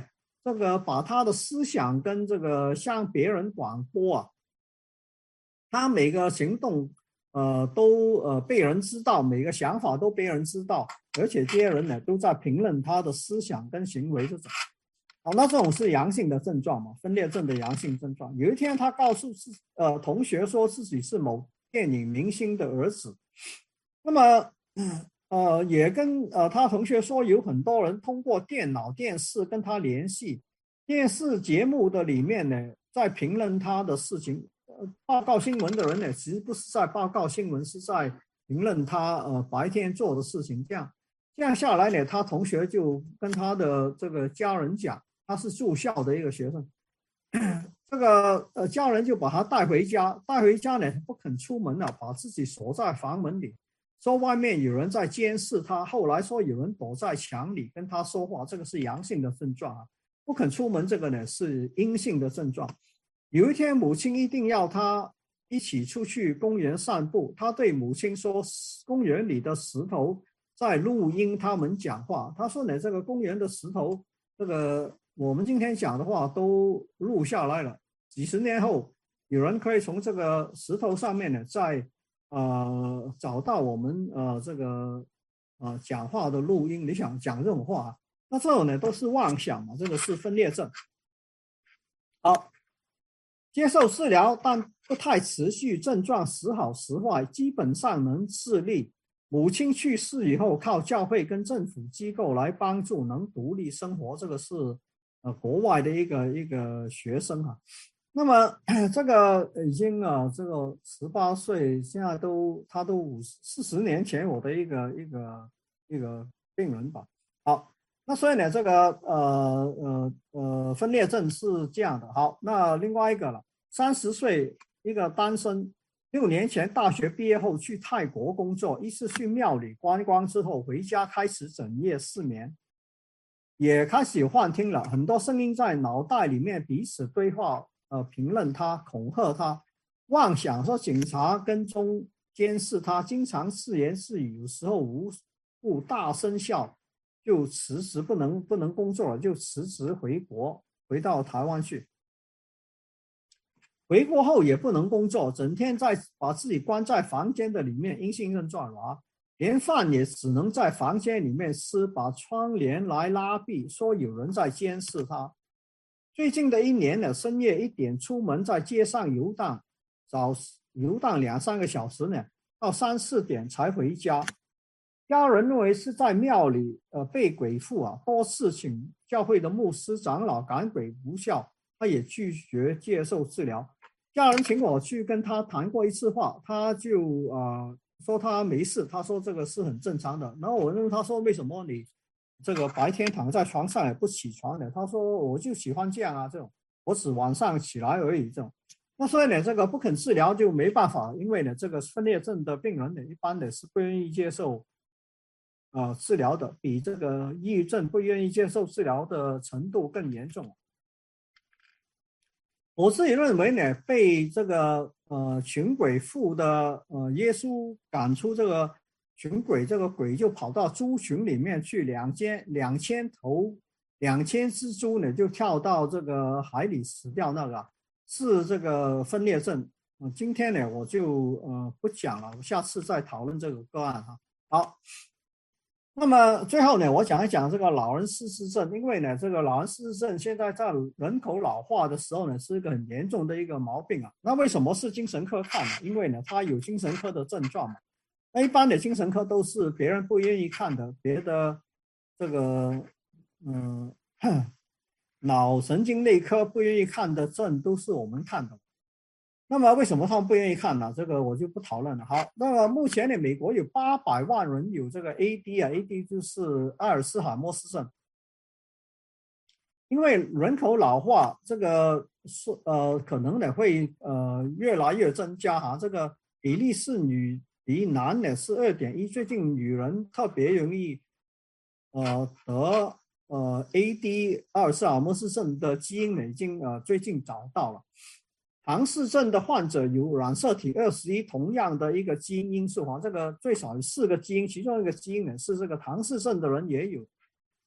这个把他的思想跟这个向别人广播啊，他每个行动呃都呃被人知道，每个想法都被人知道，而且这些人呢都在评论他的思想跟行为这种。好，那这种是阳性的症状嘛，分裂症的阳性症状。有一天他告诉自呃同学说自己是某电影明星的儿子，那么呃也跟呃他同学说有很多人通过电脑电视跟他联系，电视节目的里面呢在评论他的事情，呃报告新闻的人呢其实不是在报告新闻，是在评论他呃白天做的事情。这样这样下来呢，他同学就跟他的这个家人讲，他是住校的一个学生，这个呃家人就把他带回家，带回家呢不肯出门了，把自己锁在房门里，说外面有人在监视他。后来说有人躲在墙里跟他说话，这个是阳性的症状啊。不肯出门这个呢是阴性的症状。有一天母亲一定要他一起出去公园散步，他对母亲说公园里的石头在录音他们讲话。他说呢这个公园的石头，这个我们今天讲的话都录下来了，几十年后有人可以从这个石头上面呢再呃找到我们呃这个呃讲话的录音。你想讲这种话，那这种呢都是妄想嘛，这个是分裂症。好，接受治疗但不太持续，症状时好时坏，基本上能自立。母亲去世以后，靠教会跟政府机构来帮助，能独立生活。这个是呃国外的一个一个学生哈。那么这个已经啊，这个十八岁，现在都他都五四十年前我的一个一个一个病人吧。好，那所以呢，这个呃呃呃分裂症是这样的。好，那另外一个了，三十岁一个单身。六年前大学毕业后去泰国工作，一次去庙里观光之后回家开始整夜失眠，也开始有幻听了，很多声音在脑袋里面彼此对话，呃，评论他，恐吓他，妄想说警察跟踪监视他，经常自言自语，有时候无故大声笑，就辞职不能不能工作了，就辞职回国，回到台湾去。回国后也不能工作，整天在把自己关在房间的里面，阴性症状啊，连饭也只能在房间里面吃，把窗帘来拉闭，说有人在监视他。最近的一年呢，深夜一点出门，在街上游荡，早游荡两三个小时呢，到三四点才回家。家人认为是在庙里呃被鬼附啊，多次请教会的牧师长老赶鬼无效，他也拒绝接受治疗。家人请我去跟他谈过一次话，他就呃说他没事，他说这个是很正常的。然后我问他说为什么你这个白天躺在床上也不起床的？他说我就喜欢这样啊，这种我只晚上起来而已这种。那所以呢，这个不肯治疗就没办法，因为呢这个分裂症的病人呢一般的是不愿意接受啊、呃、治疗的，比这个抑郁症不愿意接受治疗的程度更严重。我自己认为呢，被这个呃群鬼附的呃耶稣赶出这个群鬼，这个鬼就跑到猪群里面去，两千两千头两千只猪呢就跳到这个海里死掉，那个是这个分裂症。呃、今天呢我就呃不讲了，我下次再讨论这个个案哈。好。那么最后呢，我讲一讲这个老人失智症，因为呢，这个老人失智症现在在人口老化的时候呢，是一个很严重的一个毛病啊。那为什么是精神科看呢？因为呢，他有精神科的症状嘛。那一般的精神科都是别人不愿意看的，别的这个嗯、呃、脑神经内科不愿意看的症都是我们看的。那么为什么他们不愿意看呢？这个我就不讨论了。好，那么目前呢，美国有八百万人有这个 A D 啊 ，A D 就是阿尔茨海默氏症。因为人口老化，这个是呃可能呢会呃越来越增加哈。这个比例是女比男呢是二点一，最近女人特别容易呃得呃 A D 阿尔茨海默氏症的基因呢，已经呃最近找到了。唐氏症的患者有染色体二十一同样的一个基因因素哈，这个最少有四个基因，其中一个基因呢是这个唐氏症的人也有。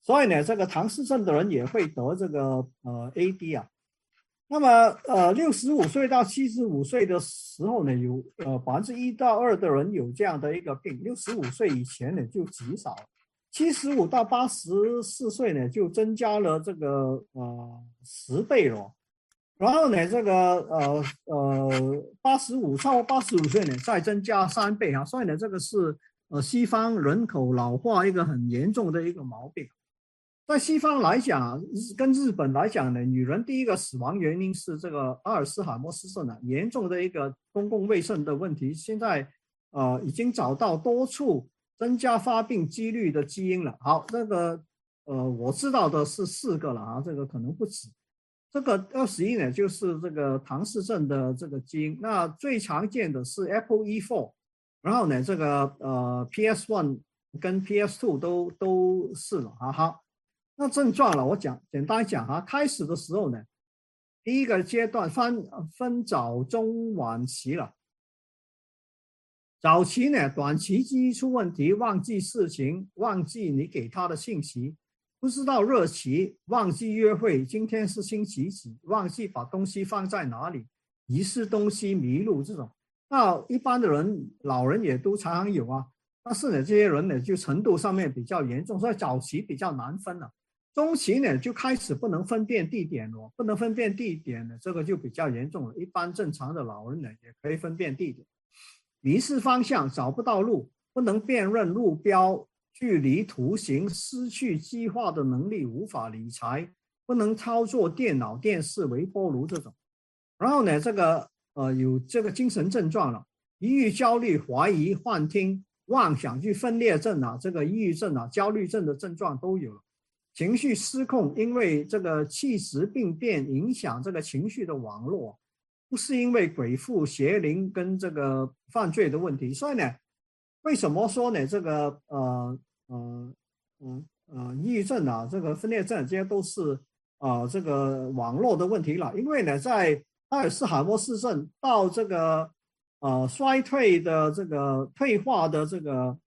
所以呢，这个唐氏症的人也会得这个呃 A D 啊。那么呃，六十五岁到七十五岁的时候呢，有呃百分之一到二的人有这样的一个病。六十五岁以前呢就极少，七十五到八十四岁呢就增加了这个呃十倍了。然后呢，这个呃呃八十五超过八十五岁呢再增加三倍啊。所以呢，这个是呃西方人口老化一个很严重的一个毛病。在西方来讲，跟日本来讲呢，女人第一个死亡原因是这个阿尔茨海默氏症啊，严重的一个公共卫生的问题。现在呃已经找到多处增加发病几率的基因了。好，这个呃我知道的是四个了啊，这个可能不止。这个二十一呢，就是这个唐氏症的这个基因。那最常见的是 A P O E 四，然后呢，这个呃 P S 一 跟 P S 二 都都是了啊。好。那症状了，我讲简单讲哈，开始的时候呢，第一个阶段分分早中晚期了。早期呢，短期记忆出问题，忘记事情，忘记你给他的信息，不知道日期，忘记约会，今天是星期几，忘记把东西放在哪里，遗失东西，迷路这种。那一般的人，老人也都常常有啊，但是呢，这些人呢，就程度上面比较严重，所以早期比较难分了。中期呢就开始不能分辨地点了，不能分辨地点呢，这个就比较严重了。一般正常的老人呢也可以分辨地点，迷失方向，找不到路，不能辨认路标、距离、图形，失去计划的能力，无法理财，不能操作电脑、电视、微波炉这种。然后呢，这个呃有这个精神症状了，抑郁、焦虑、怀疑、幻听、妄想去分裂症啊，这个抑郁症啊、焦虑症的症状都有了。情绪失控，因为这个气质病变影响这个情绪的网络，不是因为鬼附邪灵跟这个犯罪的问题。所以呢，为什么说呢？这个呃呃嗯呃抑郁症啊，这个分裂症，这些都是呃这个网络的问题了。因为呢，在阿尔茨海默氏症到这个呃衰退的这个退化的这个。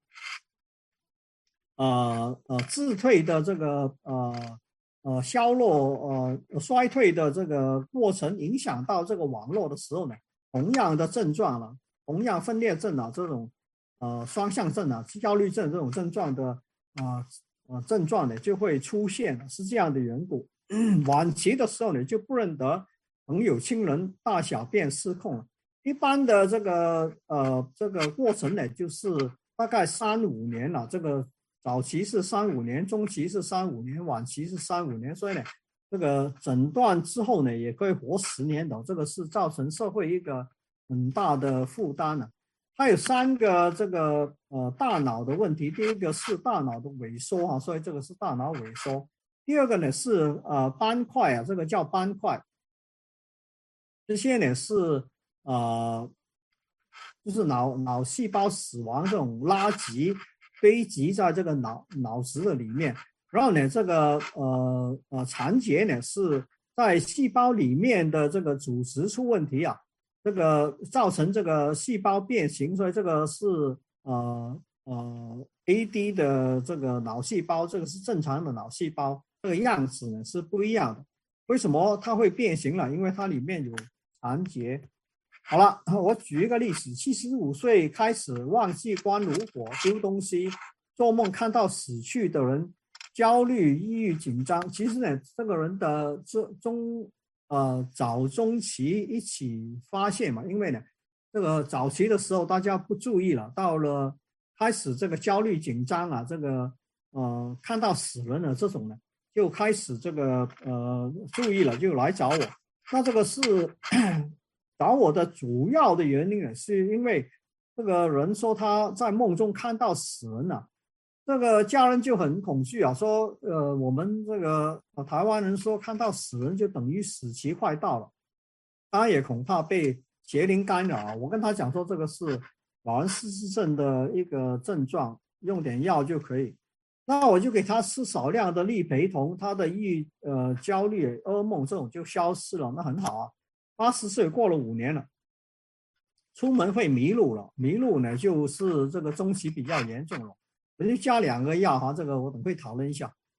呃呃自退的这个呃呃消落呃衰退的这个过程影响到这个网络的时候呢，同样的症状了，同样分裂症啊这种呃双向症啊焦虑症这种症状的啊 呃, 呃症状呢就会出现，是这样的缘故。晚期的时候呢就不认得朋友亲人，大小便失控了。一般的这个呃这个过程呢就是大概三五年了，这个。早期是三五年，中期是三五年，晚期是三五年，所以呢，这个诊断之后呢，也可以活十年的，这个是造成社会一个很大的负担了。它有三个这个呃大脑的问题，第一个是大脑的萎缩啊，所以这个是大脑萎缩。第二个呢是呃斑块啊，这个叫斑块，这些呢是呃就是脑脑细胞死亡这种垃圾。堆积在这个脑脑子的里面，然后呢，这个呃呃残结呢是在细胞里面的这个组织出问题啊，这个造成这个细胞变形，所以这个是呃呃 A D 的这个脑细胞，这个是正常的脑细胞，这个样子呢是不一样的。为什么它会变形了？因为它里面有残结。好了，我举一个例子，七十五岁开始忘记关炉火、丢东西，做梦看到死去的人，焦虑、抑郁、紧张。其实呢，这个人的中呃早中期一起发现嘛，因为呢，这个早期的时候大家不注意了，到了开始这个焦虑、紧张啊，这个呃看到死人了这种呢，就开始这个呃注意了，就来找我。那这个是。找我的主要的原因呢，是因为这个人说他在梦中看到死人了、啊，这个家人就很恐惧啊，说呃我们这个台湾人说看到死人就等于死期快到了，他也恐怕被邪灵干扰啊。我跟他讲说这个是老人失智症的一个症状，用点药就可以。那我就给他吃少量的利培酮，他的抑郁、呃焦虑、噩梦这种就消失了，那很好啊。八十岁过了五年了，出门会迷路了，迷路呢就是这个中期比较严重了，我就加两个药哈，这个我等会讨论一下。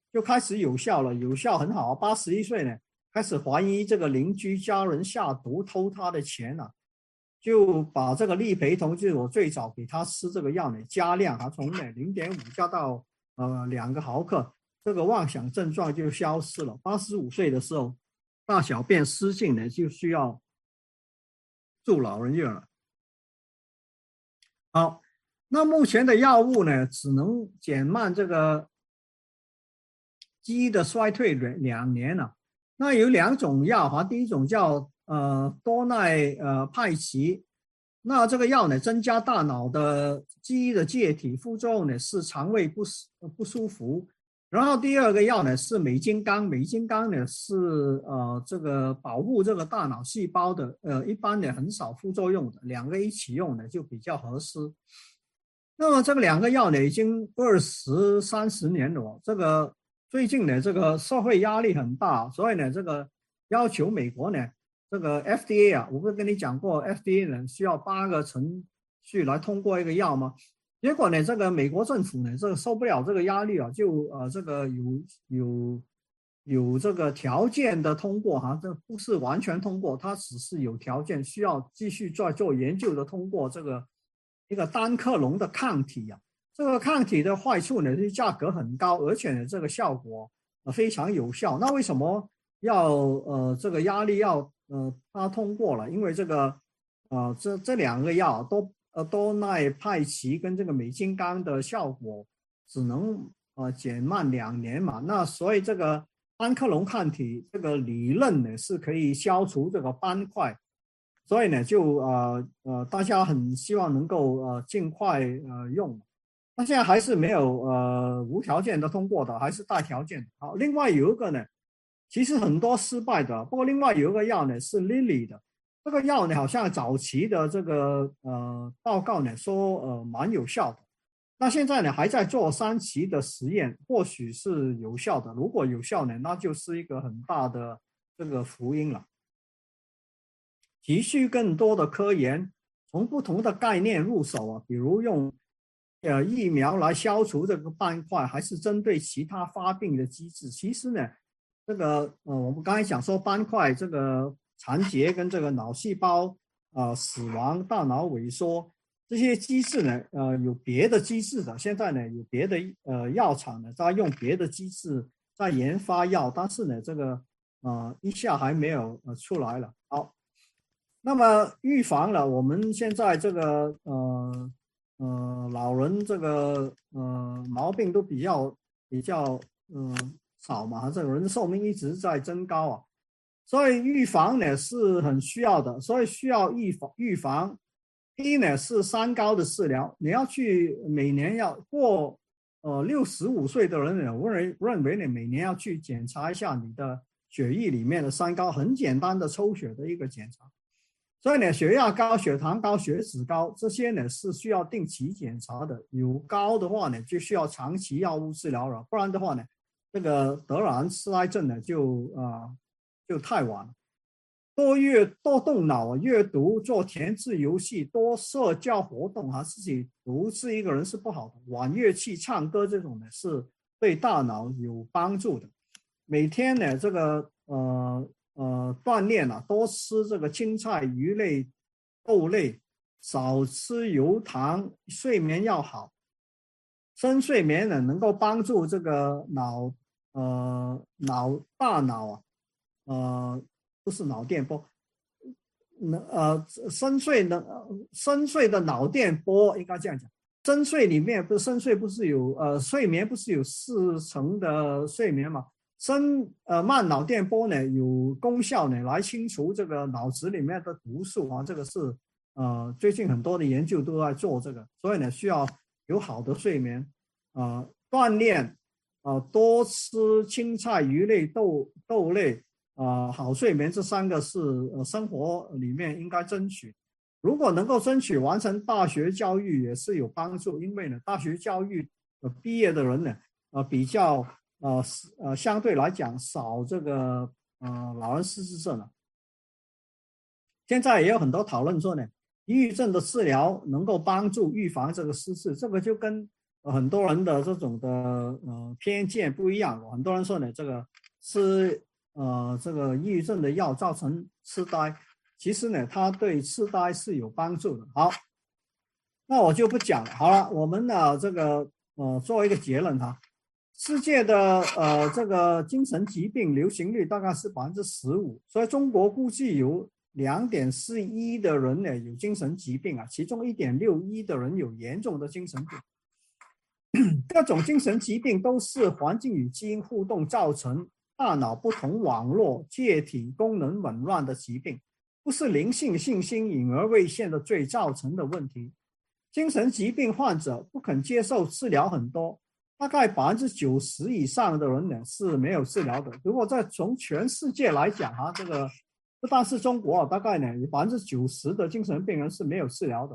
就开始有效了，有效很好。八十一岁呢，开始怀疑这个邻居家人下毒偷他的钱了、啊，就把这个利培酮，就是我最早给他吃这个药呢，加量啊，从呢零点五加到呃两个毫克，这个妄想症状就消失了。八十五岁的时候，大小便失禁呢，就需要住老人院了。好，那目前的药物呢，只能减慢这个记忆的衰退两年了。那有两种药哈，第一种叫呃多奈呃派奇，那这个药呢增加大脑的记忆的介体，副作用呢是肠胃不不舒服。然后第二个药呢是美金刚，美金刚呢是呃这个保护这个大脑细胞的，呃一般呢很少副作用的，两个一起用呢就比较合适。那么这个两个药呢已经二十三十年了，这个最近呢这个社会压力很大，所以呢这个要求美国呢这个 F D A 啊，我不是跟你讲过 F D A 呢需要八个程序来通过一个药吗？结果呢，这个美国政府呢，这个受不了这个压力啊，就呃这个有有有这个条件的通过哈，这不是完全通过，它只是有条件需要继续再做研究的通过这个一个单克隆的抗体啊。这个抗体的坏处呢是价格很高，而且呢这个效果呃非常有效。那为什么要呃这个压力要呃它通过了？因为这个呃这这两个药都。呃，多奈派奇跟这个美金刚的效果只能呃减慢两年嘛，那所以这个单克隆抗体这个理论呢是可以消除这个斑块，所以呢就呃呃大家很希望能够呃尽快呃用，那现在还是没有呃无条件的通过的，还是带条件。好，另外有一个呢，其实很多失败的，不过另外有一个药呢是 Lilly 的。这个药呢，好像早期的这个呃报告呢说呃蛮有效的，那现在呢还在做三期的实验，或许是有效的。如果有效呢，那就是一个很大的这个福音了。急需更多的科研，从不同的概念入手啊，比如用呃疫苗来消除这个斑块，还是针对其他发病的机制。其实呢，这个呃我们刚才讲说斑块这个。残结跟这个脑细胞啊、呃、死亡、大脑萎缩这些机制呢，呃，有别的机制的。现在呢，有别的呃药厂呢在用别的机制在研发药，但是呢，这个呃一下还没有呃出来了。好，那么预防了，我们现在这个呃呃老人这个呃毛病都比较比较嗯、呃、少嘛，这个人寿命一直在增高啊。所以预防呢是很需要的，所以需要预防预防。一呢是三高的治疗，你要去每年要过呃六十五岁的人呢，我认认为你每年要去检查一下你的血液里面的三高，很简单的抽血的一个检查。所以呢，血压高、血糖高、血脂高这些呢是需要定期检查的。有高的话呢，就需要长期药物治疗了，不然的话呢，这个得了痴呆症呢就啊。呃就太晚了。多阅多动脑，阅读、做填字游戏、多社交活动啊，自己独自一个人是不好的。玩乐器、唱歌这种呢是对大脑有帮助的。每天呢这个呃呃锻炼啊，多吃这个青菜、鱼类、豆类，少吃油糖，睡眠要好。深睡眠呢能够帮助这个脑呃脑大脑啊。呃，不是脑电波，呃，深睡的深睡的脑电波应该这样讲。深睡里面不是深睡不是有呃睡眠不是有四层的睡眠嘛？深呃慢脑电波呢有功效呢来清除这个脑子里面的毒素啊，这个是呃最近很多的研究都在做这个，所以呢需要有好的睡眠，呃锻炼，呃多吃青菜、鱼类、豆豆类。啊、呃，好睡眠这三个是呃生活里面应该争取。如果能够争取完成大学教育也是有帮助，因为呢，大学教育呃毕业的人呢，呃比较呃呃相对来讲少这个呃老人失智症了。现在也有很多讨论说呢，抑郁症的治疗能够帮助预防这个失智，这个就跟呃很多人的这种的呃偏见不一样，很多人说呢，这个吃呃这个抑郁症的药造成痴呆，其实呢，它对痴呆是有帮助的。好，那我就不讲了。好了，我们呢这个呃做一个结论哈，世界的呃这个精神疾病流行率大概是百分之十五，所以中国估计有两点四一的人呢有精神疾病啊，其中一点六一的人有严重的精神病。各种精神疾病都是环境与基因互动造成大脑不同网络介体功能紊乱的疾病，不是灵性信心隐而未现的罪造成的问题。精神疾病患者不肯接受治疗很多，大概百分之九十以上的人呢是没有治疗的。如果在从全世界来讲哈，这个不但是中国，大概呢有百分之九十的精神病人是没有治疗的，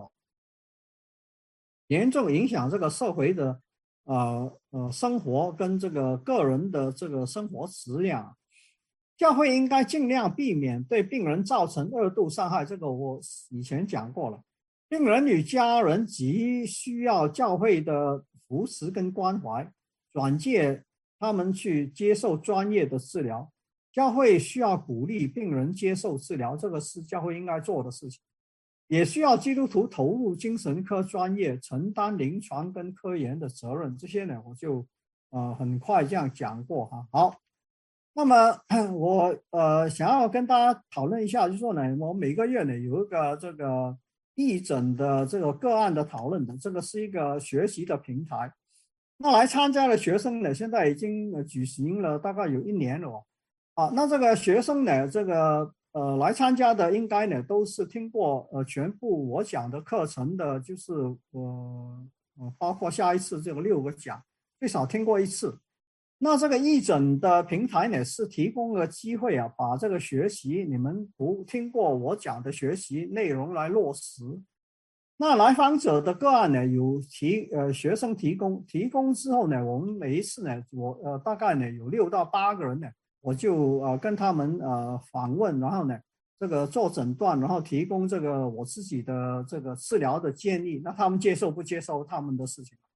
严重影响这个社会的呃呃生活跟这个个人的这个生活质量。教会应该尽量避免对病人造成二度伤害，这个我以前讲过了。病人与家人急需要教会的扶持跟关怀，转介他们去接受专业的治疗。教会需要鼓励病人接受治疗，这个是教会应该做的事情。也需要基督徒投入精神科专业，承担临床跟科研的责任。这些呢，我就呃很快这样讲过哈。好，那么我呃想要跟大家讨论一下，就是说呢，我每个月呢有一个这个义诊的这个个案的讨论的，这个是一个学习的平台。那来参加的学生呢，现在已经举行了大概有一年了哦。啊，那这个学生呢，这个呃来参加的应该呢都是听过呃全部我讲的课程的，就是呃呃包括下一次这个六个讲，最少听过一次。那这个义诊的平台呢，是提供了机会啊，把这个学习你们不听过我讲的学习内容来落实。那来访者的个案呢，有提呃学生提供提供之后呢，我们每一次呢，我呃大概呢有六到八个人呢，我就呃跟他们呃访问，然后呢这个做诊断，然后提供这个我自己的这个治疗的建议。那他们接受不接受他们的事情。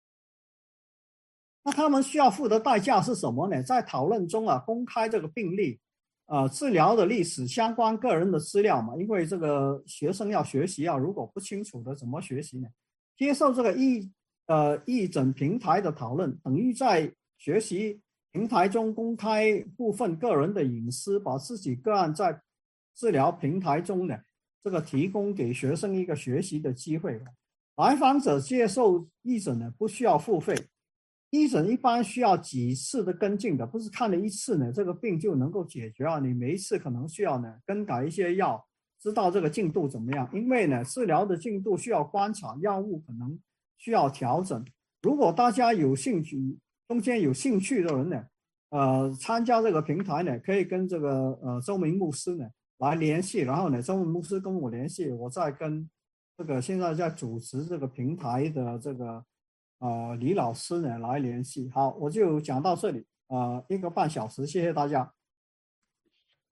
那他们需要付的代价是什么呢？在讨论中啊，公开这个病例。呃，治疗的历史相关个人的资料嘛，因为这个学生要学习啊，如果不清楚的怎么学习呢？接受这个义呃义诊平台的讨论，等于在学习平台中公开部分个人的隐私，把自己个案在治疗平台中呢，这个提供给学生一个学习的机会。来访者接受义诊呢，不需要付费。义诊一般需要几次的跟进的，不是看了一次呢，这个病就能够解决啊。你每一次可能需要呢更改一些药，知道这个进度怎么样。因为呢治疗的进度需要观察，药物可能需要调整。如果大家有兴趣，中间有兴趣的人呢，呃，参加这个平台呢，可以跟这个呃周明牧师呢来联系，然后呢周明牧师跟我联系，我再跟这个现在在主持这个平台的这个。呃，李老师呢来联系。好，我就讲到这里，呃，一个半小时，谢谢大家。